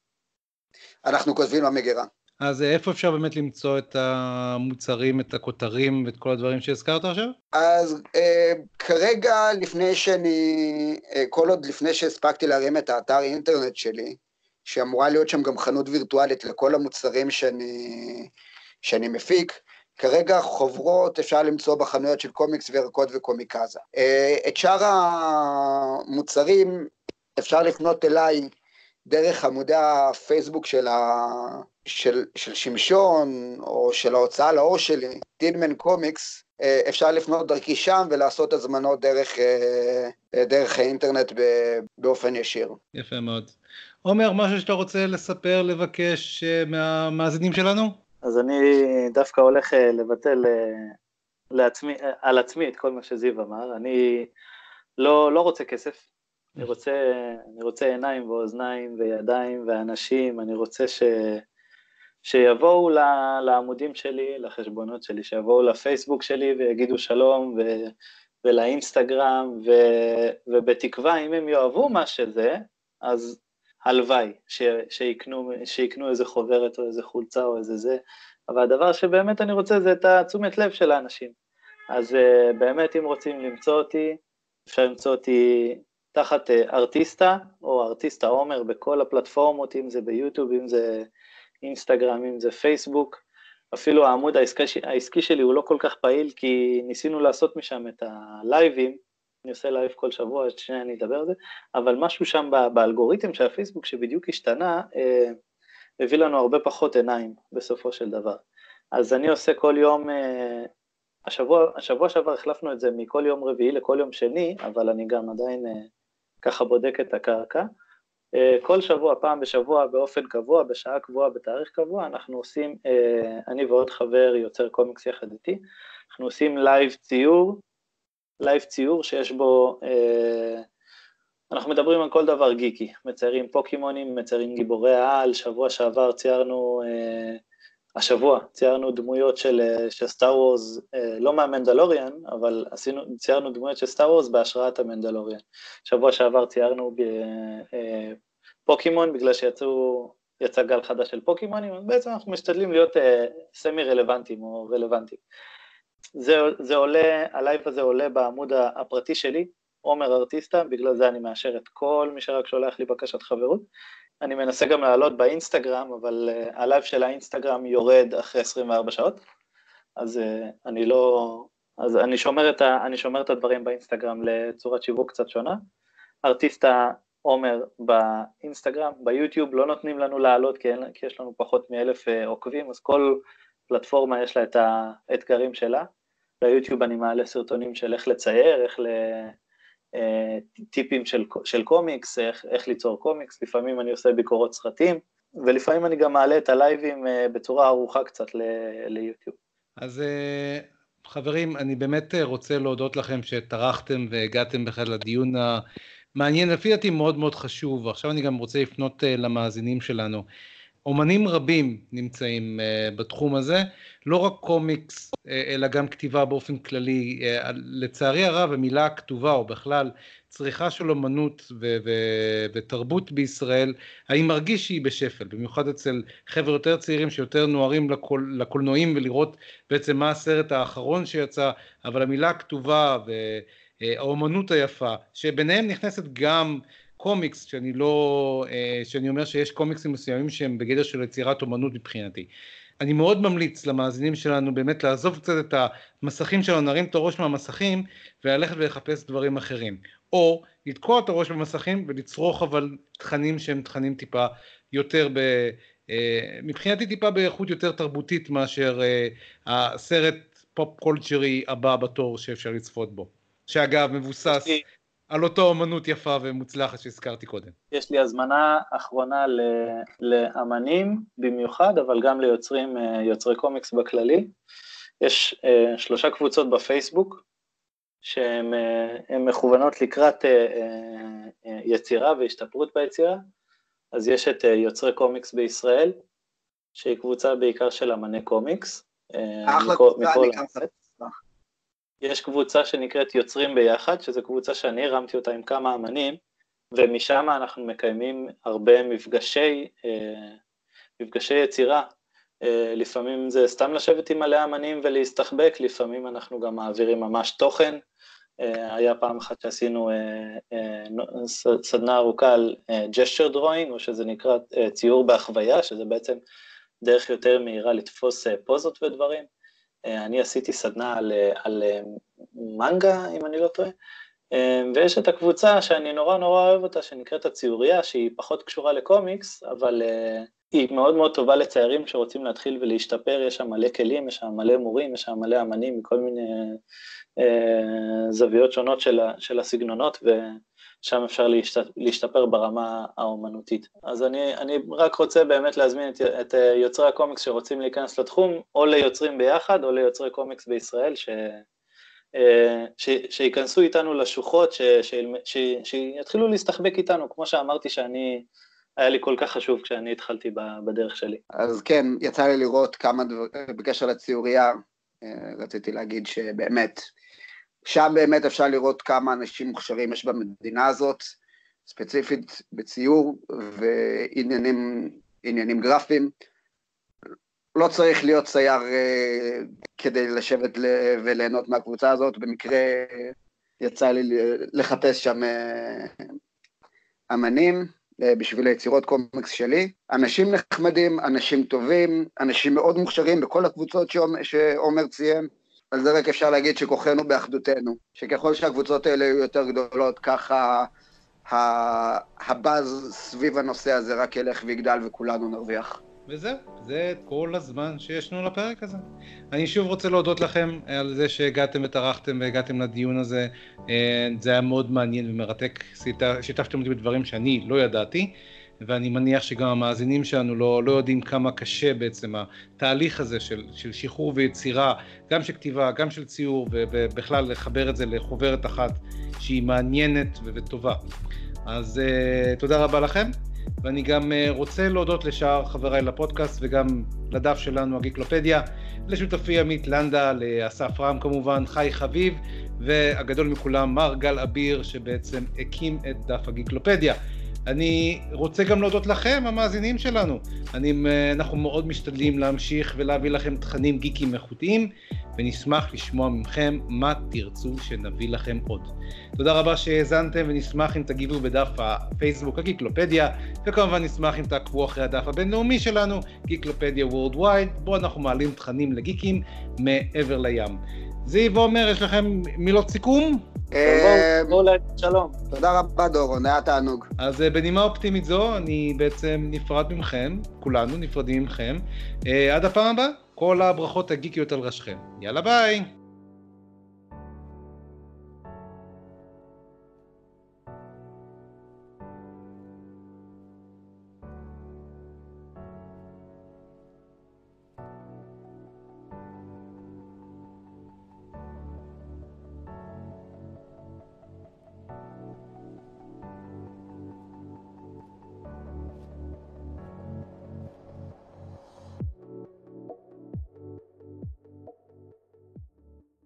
אנחנו כותבים למגירה. אז איפה אפשר באמת למצוא את המוצרים, את הכותרים ואת כל הדברים שהזכרת עכשיו? אז אה, כרגע לפני שאני, אה, כל עוד לפני שהספקתי להרים את האתר אינטרנט שלי, שאמורה להיות שם גם חנות וירטואלית לכל המוצרים שאני, שאני מפיק, כרגע חוברות אפשר למצוא בחנויות של קומיקס וירקות וקומיקזה. אה, את שאר המוצרים אפשר לפנות אליי, דרך עמודי הפייסבוק של, ה... של, של שמשון, או של ההוצאה לאור שלי, טינמן קומיקס, אפשר לפנות דרכי שם ולעשות הזמנות דרך, דרך האינטרנט באופן ישיר. יפה מאוד. עומר, משהו שאתה רוצה לספר, לבקש מהמאזינים שלנו? אז אני דווקא הולך לבטל לעצמי, על עצמי את כל מה שזיו אמר. אני לא, לא רוצה כסף. אני רוצה, אני רוצה עיניים ואוזניים וידיים ואנשים, אני רוצה ש, שיבואו לעמודים שלי, לחשבונות שלי, שיבואו לפייסבוק שלי ויגידו שלום, ו, ולאינסטגרם, ו, ובתקווה, אם הם יאהבו מה שזה, אז הלוואי ש, שיקנו, שיקנו איזה חוברת או איזה חולצה או איזה זה, אבל הדבר שבאמת אני רוצה זה את התשומת לב של האנשים. אז באמת אם רוצים למצוא אותי, אפשר למצוא אותי תחת ארטיסטה, או ארטיסטה עומר בכל הפלטפורמות, אם זה ביוטיוב, אם זה אינסטגרם, אם זה פייסבוק, אפילו העמוד העסקי, העסקי שלי הוא לא כל כך פעיל, כי ניסינו לעשות משם את הלייבים, אני עושה לייב כל שבוע, שנייה אני אדבר על זה, אבל משהו שם באלגוריתם של הפייסבוק שבדיוק השתנה, אה, הביא לנו הרבה פחות עיניים בסופו של דבר. אז אני עושה כל יום, אה, השבוע, השבוע שעבר החלפנו את זה מכל יום רביעי לכל יום שני, אבל אני גם עדיין אה, ככה בודק את הקרקע. אה, כל שבוע, פעם בשבוע, באופן קבוע, בשעה קבועה, בתאריך קבוע, אנחנו עושים, אה, אני ועוד חבר יוצר קומיקס יחד איתי, אנחנו עושים לייב ציור, לייב ציור שיש בו, אה, אנחנו מדברים על כל דבר גיקי, מציירים פוקימונים, מציירים גיבורי העל, שבוע שעבר ציירנו, אה, השבוע ציירנו דמויות של, של סטאר וורס, אה, לא מהמנדלוריאן, אבל עשינו, ציירנו דמויות של סטאר וורס בהשראת המנדלוריאן. שבוע שעבר ציירנו ב, אה, פוקימון, בגלל שיצאו, יצא גל חדש של פוקימונים, בעצם אנחנו משתדלים להיות אה, סמי רלוונטיים או רלוונטיים. זה, זה עולה, הלייב הזה עולה בעמוד הפרטי שלי, עומר ארטיסטה, בגלל זה אני מאשר את כל מי שרק שולח לי בקשת חברות. אני מנסה גם לעלות באינסטגרם, אבל uh, הלייב של האינסטגרם יורד אחרי עשרים וארבע שעות, אז uh, אני לא, אז אני שומר את ה, אני שומר את הדברים באינסטגרם לצורת שיווק קצת שונה. ארטיסטה עומר באינסטגרם, ביוטיוב לא נותנים לנו לעלות, כי, אין, כי יש לנו פחות מאלף uh, עוקבים, אז כל פלטפורמה יש לה את האתגרים שלה. ביוטיוב אני מעלה סרטונים של איך לצייר, איך ל... טיפים של, של קומיקס, איך, איך ליצור קומיקס, לפעמים אני עושה ביקורות סרטים, ולפעמים אני גם מעלה את הלייבים בצורה ארוכה קצת ל, ליוטיוב. אז חברים, אני באמת רוצה להודות לכם שטרחתם והגעתם בכלל לדיון המעניין, לפי דעתי מאוד מאוד חשוב, ועכשיו אני גם רוצה לפנות למאזינים שלנו. אומנים רבים נמצאים uh, בתחום הזה, לא רק קומיקס, uh, אלא גם כתיבה באופן כללי. Uh, לצערי הרב, המילה הכתובה, או בכלל צריכה של אומנות ו- ו- ותרבות בישראל, אני מרגיש שהיא בשפל, במיוחד אצל חבר'ה יותר צעירים שיותר נוערים לקול, לקולנועים, ולראות בעצם מה הסרט האחרון שיצא, אבל המילה הכתובה והאומנות היפה, שביניהם נכנסת גם קומיקס, שאני לא, שאני אומר שיש קומיקסים מסוימים שהם בגדר של יצירת אומנות מבחינתי. אני מאוד ממליץ למאזינים שלנו באמת לעזוב קצת את המסכים שלנו, נרים את הראש מהמסכים וללכת ולחפש דברים אחרים. או לתקוע את הראש במסכים ולצרוך אבל תכנים שהם תכנים טיפה יותר, ב, מבחינתי טיפה באיכות יותר תרבותית מאשר הסרט פופ קולצ'רי הבא בתור שאפשר לצפות בו. שאגב מבוסס על אותו אומנות יפה ומוצלחת שהזכרתי קודם. יש לי הזמנה אחרונה לאמנים במיוחד, אבל גם ליוצרים, יוצרי קומיקס בכללי. יש שלושה קבוצות בפייסבוק, שהן מכוונות לקראת יצירה והשתפרות ביצירה. אז יש את יוצרי קומיקס בישראל, שהיא קבוצה בעיקר של אמני קומיקס. אחלה קבוצה, אני גם קצת. יש קבוצה שנקראת יוצרים ביחד, שזו קבוצה שאני הרמתי אותה עם כמה אמנים, ומשם אנחנו מקיימים הרבה מפגשי, מפגשי יצירה. לפעמים זה סתם לשבת עם מלא אמנים ולהסתחבק, לפעמים אנחנו גם מעבירים ממש תוכן. היה פעם אחת שעשינו סדנה ארוכה על gesture drawing, או שזה נקרא ציור בהחוויה, שזה בעצם דרך יותר מהירה לתפוס פוזות ודברים. אני עשיתי סדנה על, על מנגה, אם אני לא טועה, ויש את הקבוצה שאני נורא נורא אוהב אותה, שנקראת הציוריה, שהיא פחות קשורה לקומיקס, אבל היא מאוד מאוד טובה לציירים שרוצים להתחיל ולהשתפר. יש שם מלא כלים, יש שם מלא מורים, יש שם מלא אמנים מכל מיני זוויות שונות של, של הסגנונות, ושם אפשר להשתפר ברמה האומנותית. אז אני, אני רק רוצה באמת להזמין את, את יוצרי הקומיקס שרוצים להיכנס לתחום, או ליוצרים ביחד, או ליוצרי קומיקס בישראל, ש, ש, שיכנסו איתנו לשוחות, ש, ש, ש, שיתחילו להסתחבק איתנו, כמו שאמרתי שאני, היה לי כל כך חשוב כשאני התחלתי בדרך שלי. אז כן, יצא לי לראות כמה דבר, בקשר לציורייה, רציתי להגיד שבאמת, שם באמת אפשר לראות כמה אנשים מוכשרים יש במדינה הזאת, ספציפית בציור ועניינים עניינים גרפיים. לא צריך להיות צייר כדי לשבת וליהנות מהקבוצה הזאת, במקרה יצא לי לחפש שם אמנים בשביל היצירות קומיקס שלי. אנשים נחמדים, אנשים טובים, אנשים מאוד מוכשרים בכל הקבוצות שעומר ציין. על זה רק אפשר להגיד שכוחנו באחדותנו, שככל שהקבוצות האלה יהיו יותר גדולות, ככה הבאז סביב הנושא הזה רק ילך ויגדל וכולנו נרוויח. וזהו, זה כל הזמן שישנו לפרק הזה. אני שוב רוצה להודות לכם על זה שהגעתם וטרחתם והגעתם לדיון הזה. זה היה מאוד מעניין ומרתק, שיתפתם אותי בדברים שאני לא ידעתי, ואני מניח שגם המאזינים שלנו לא, לא יודעים כמה קשה בעצם התהליך הזה של, של שחרור ויצירה, גם של כתיבה, גם של ציור, ובכלל לחבר את זה לחוברת אחת שהיא מעניינת וטובה. אז uh, תודה רבה לכם, ואני גם uh, רוצה להודות לשאר חבריי לפודקאסט, וגם לדף שלנו, הגיקלופדיה, לשותפי עמית לנדה, לאסף רם כמובן, חי חביב, והגדול מכולם, מר גל אביר, שבעצם הקים את דף הגיקלופדיה. אני רוצה גם להודות לכם, המאזינים שלנו. אני, אנחנו מאוד משתדלים להמשיך ולהביא לכם תכנים גיקים איכותיים, ונשמח לשמוע מכם מה תרצו שנביא לכם עוד. תודה רבה שהאזנתם, ונשמח אם תגיבו בדף הפייסבוק הגיקלופדיה, וכמובן נשמח אם תעקבו אחרי הדף הבינלאומי שלנו, גיקלופדיה Worldwide, בו אנחנו מעלים תכנים לגיקים מעבר לים. זיו ועומר, יש לכם מילות סיכום? בואו להגיד שלום. תודה רבה דורון, היה תענוג. אז בנימה אופטימית זו, אני בעצם נפרד ממכם, כולנו נפרדים ממכם. עד הפעם הבאה, כל הברכות הגיקיות על ראשכם. יאללה ביי!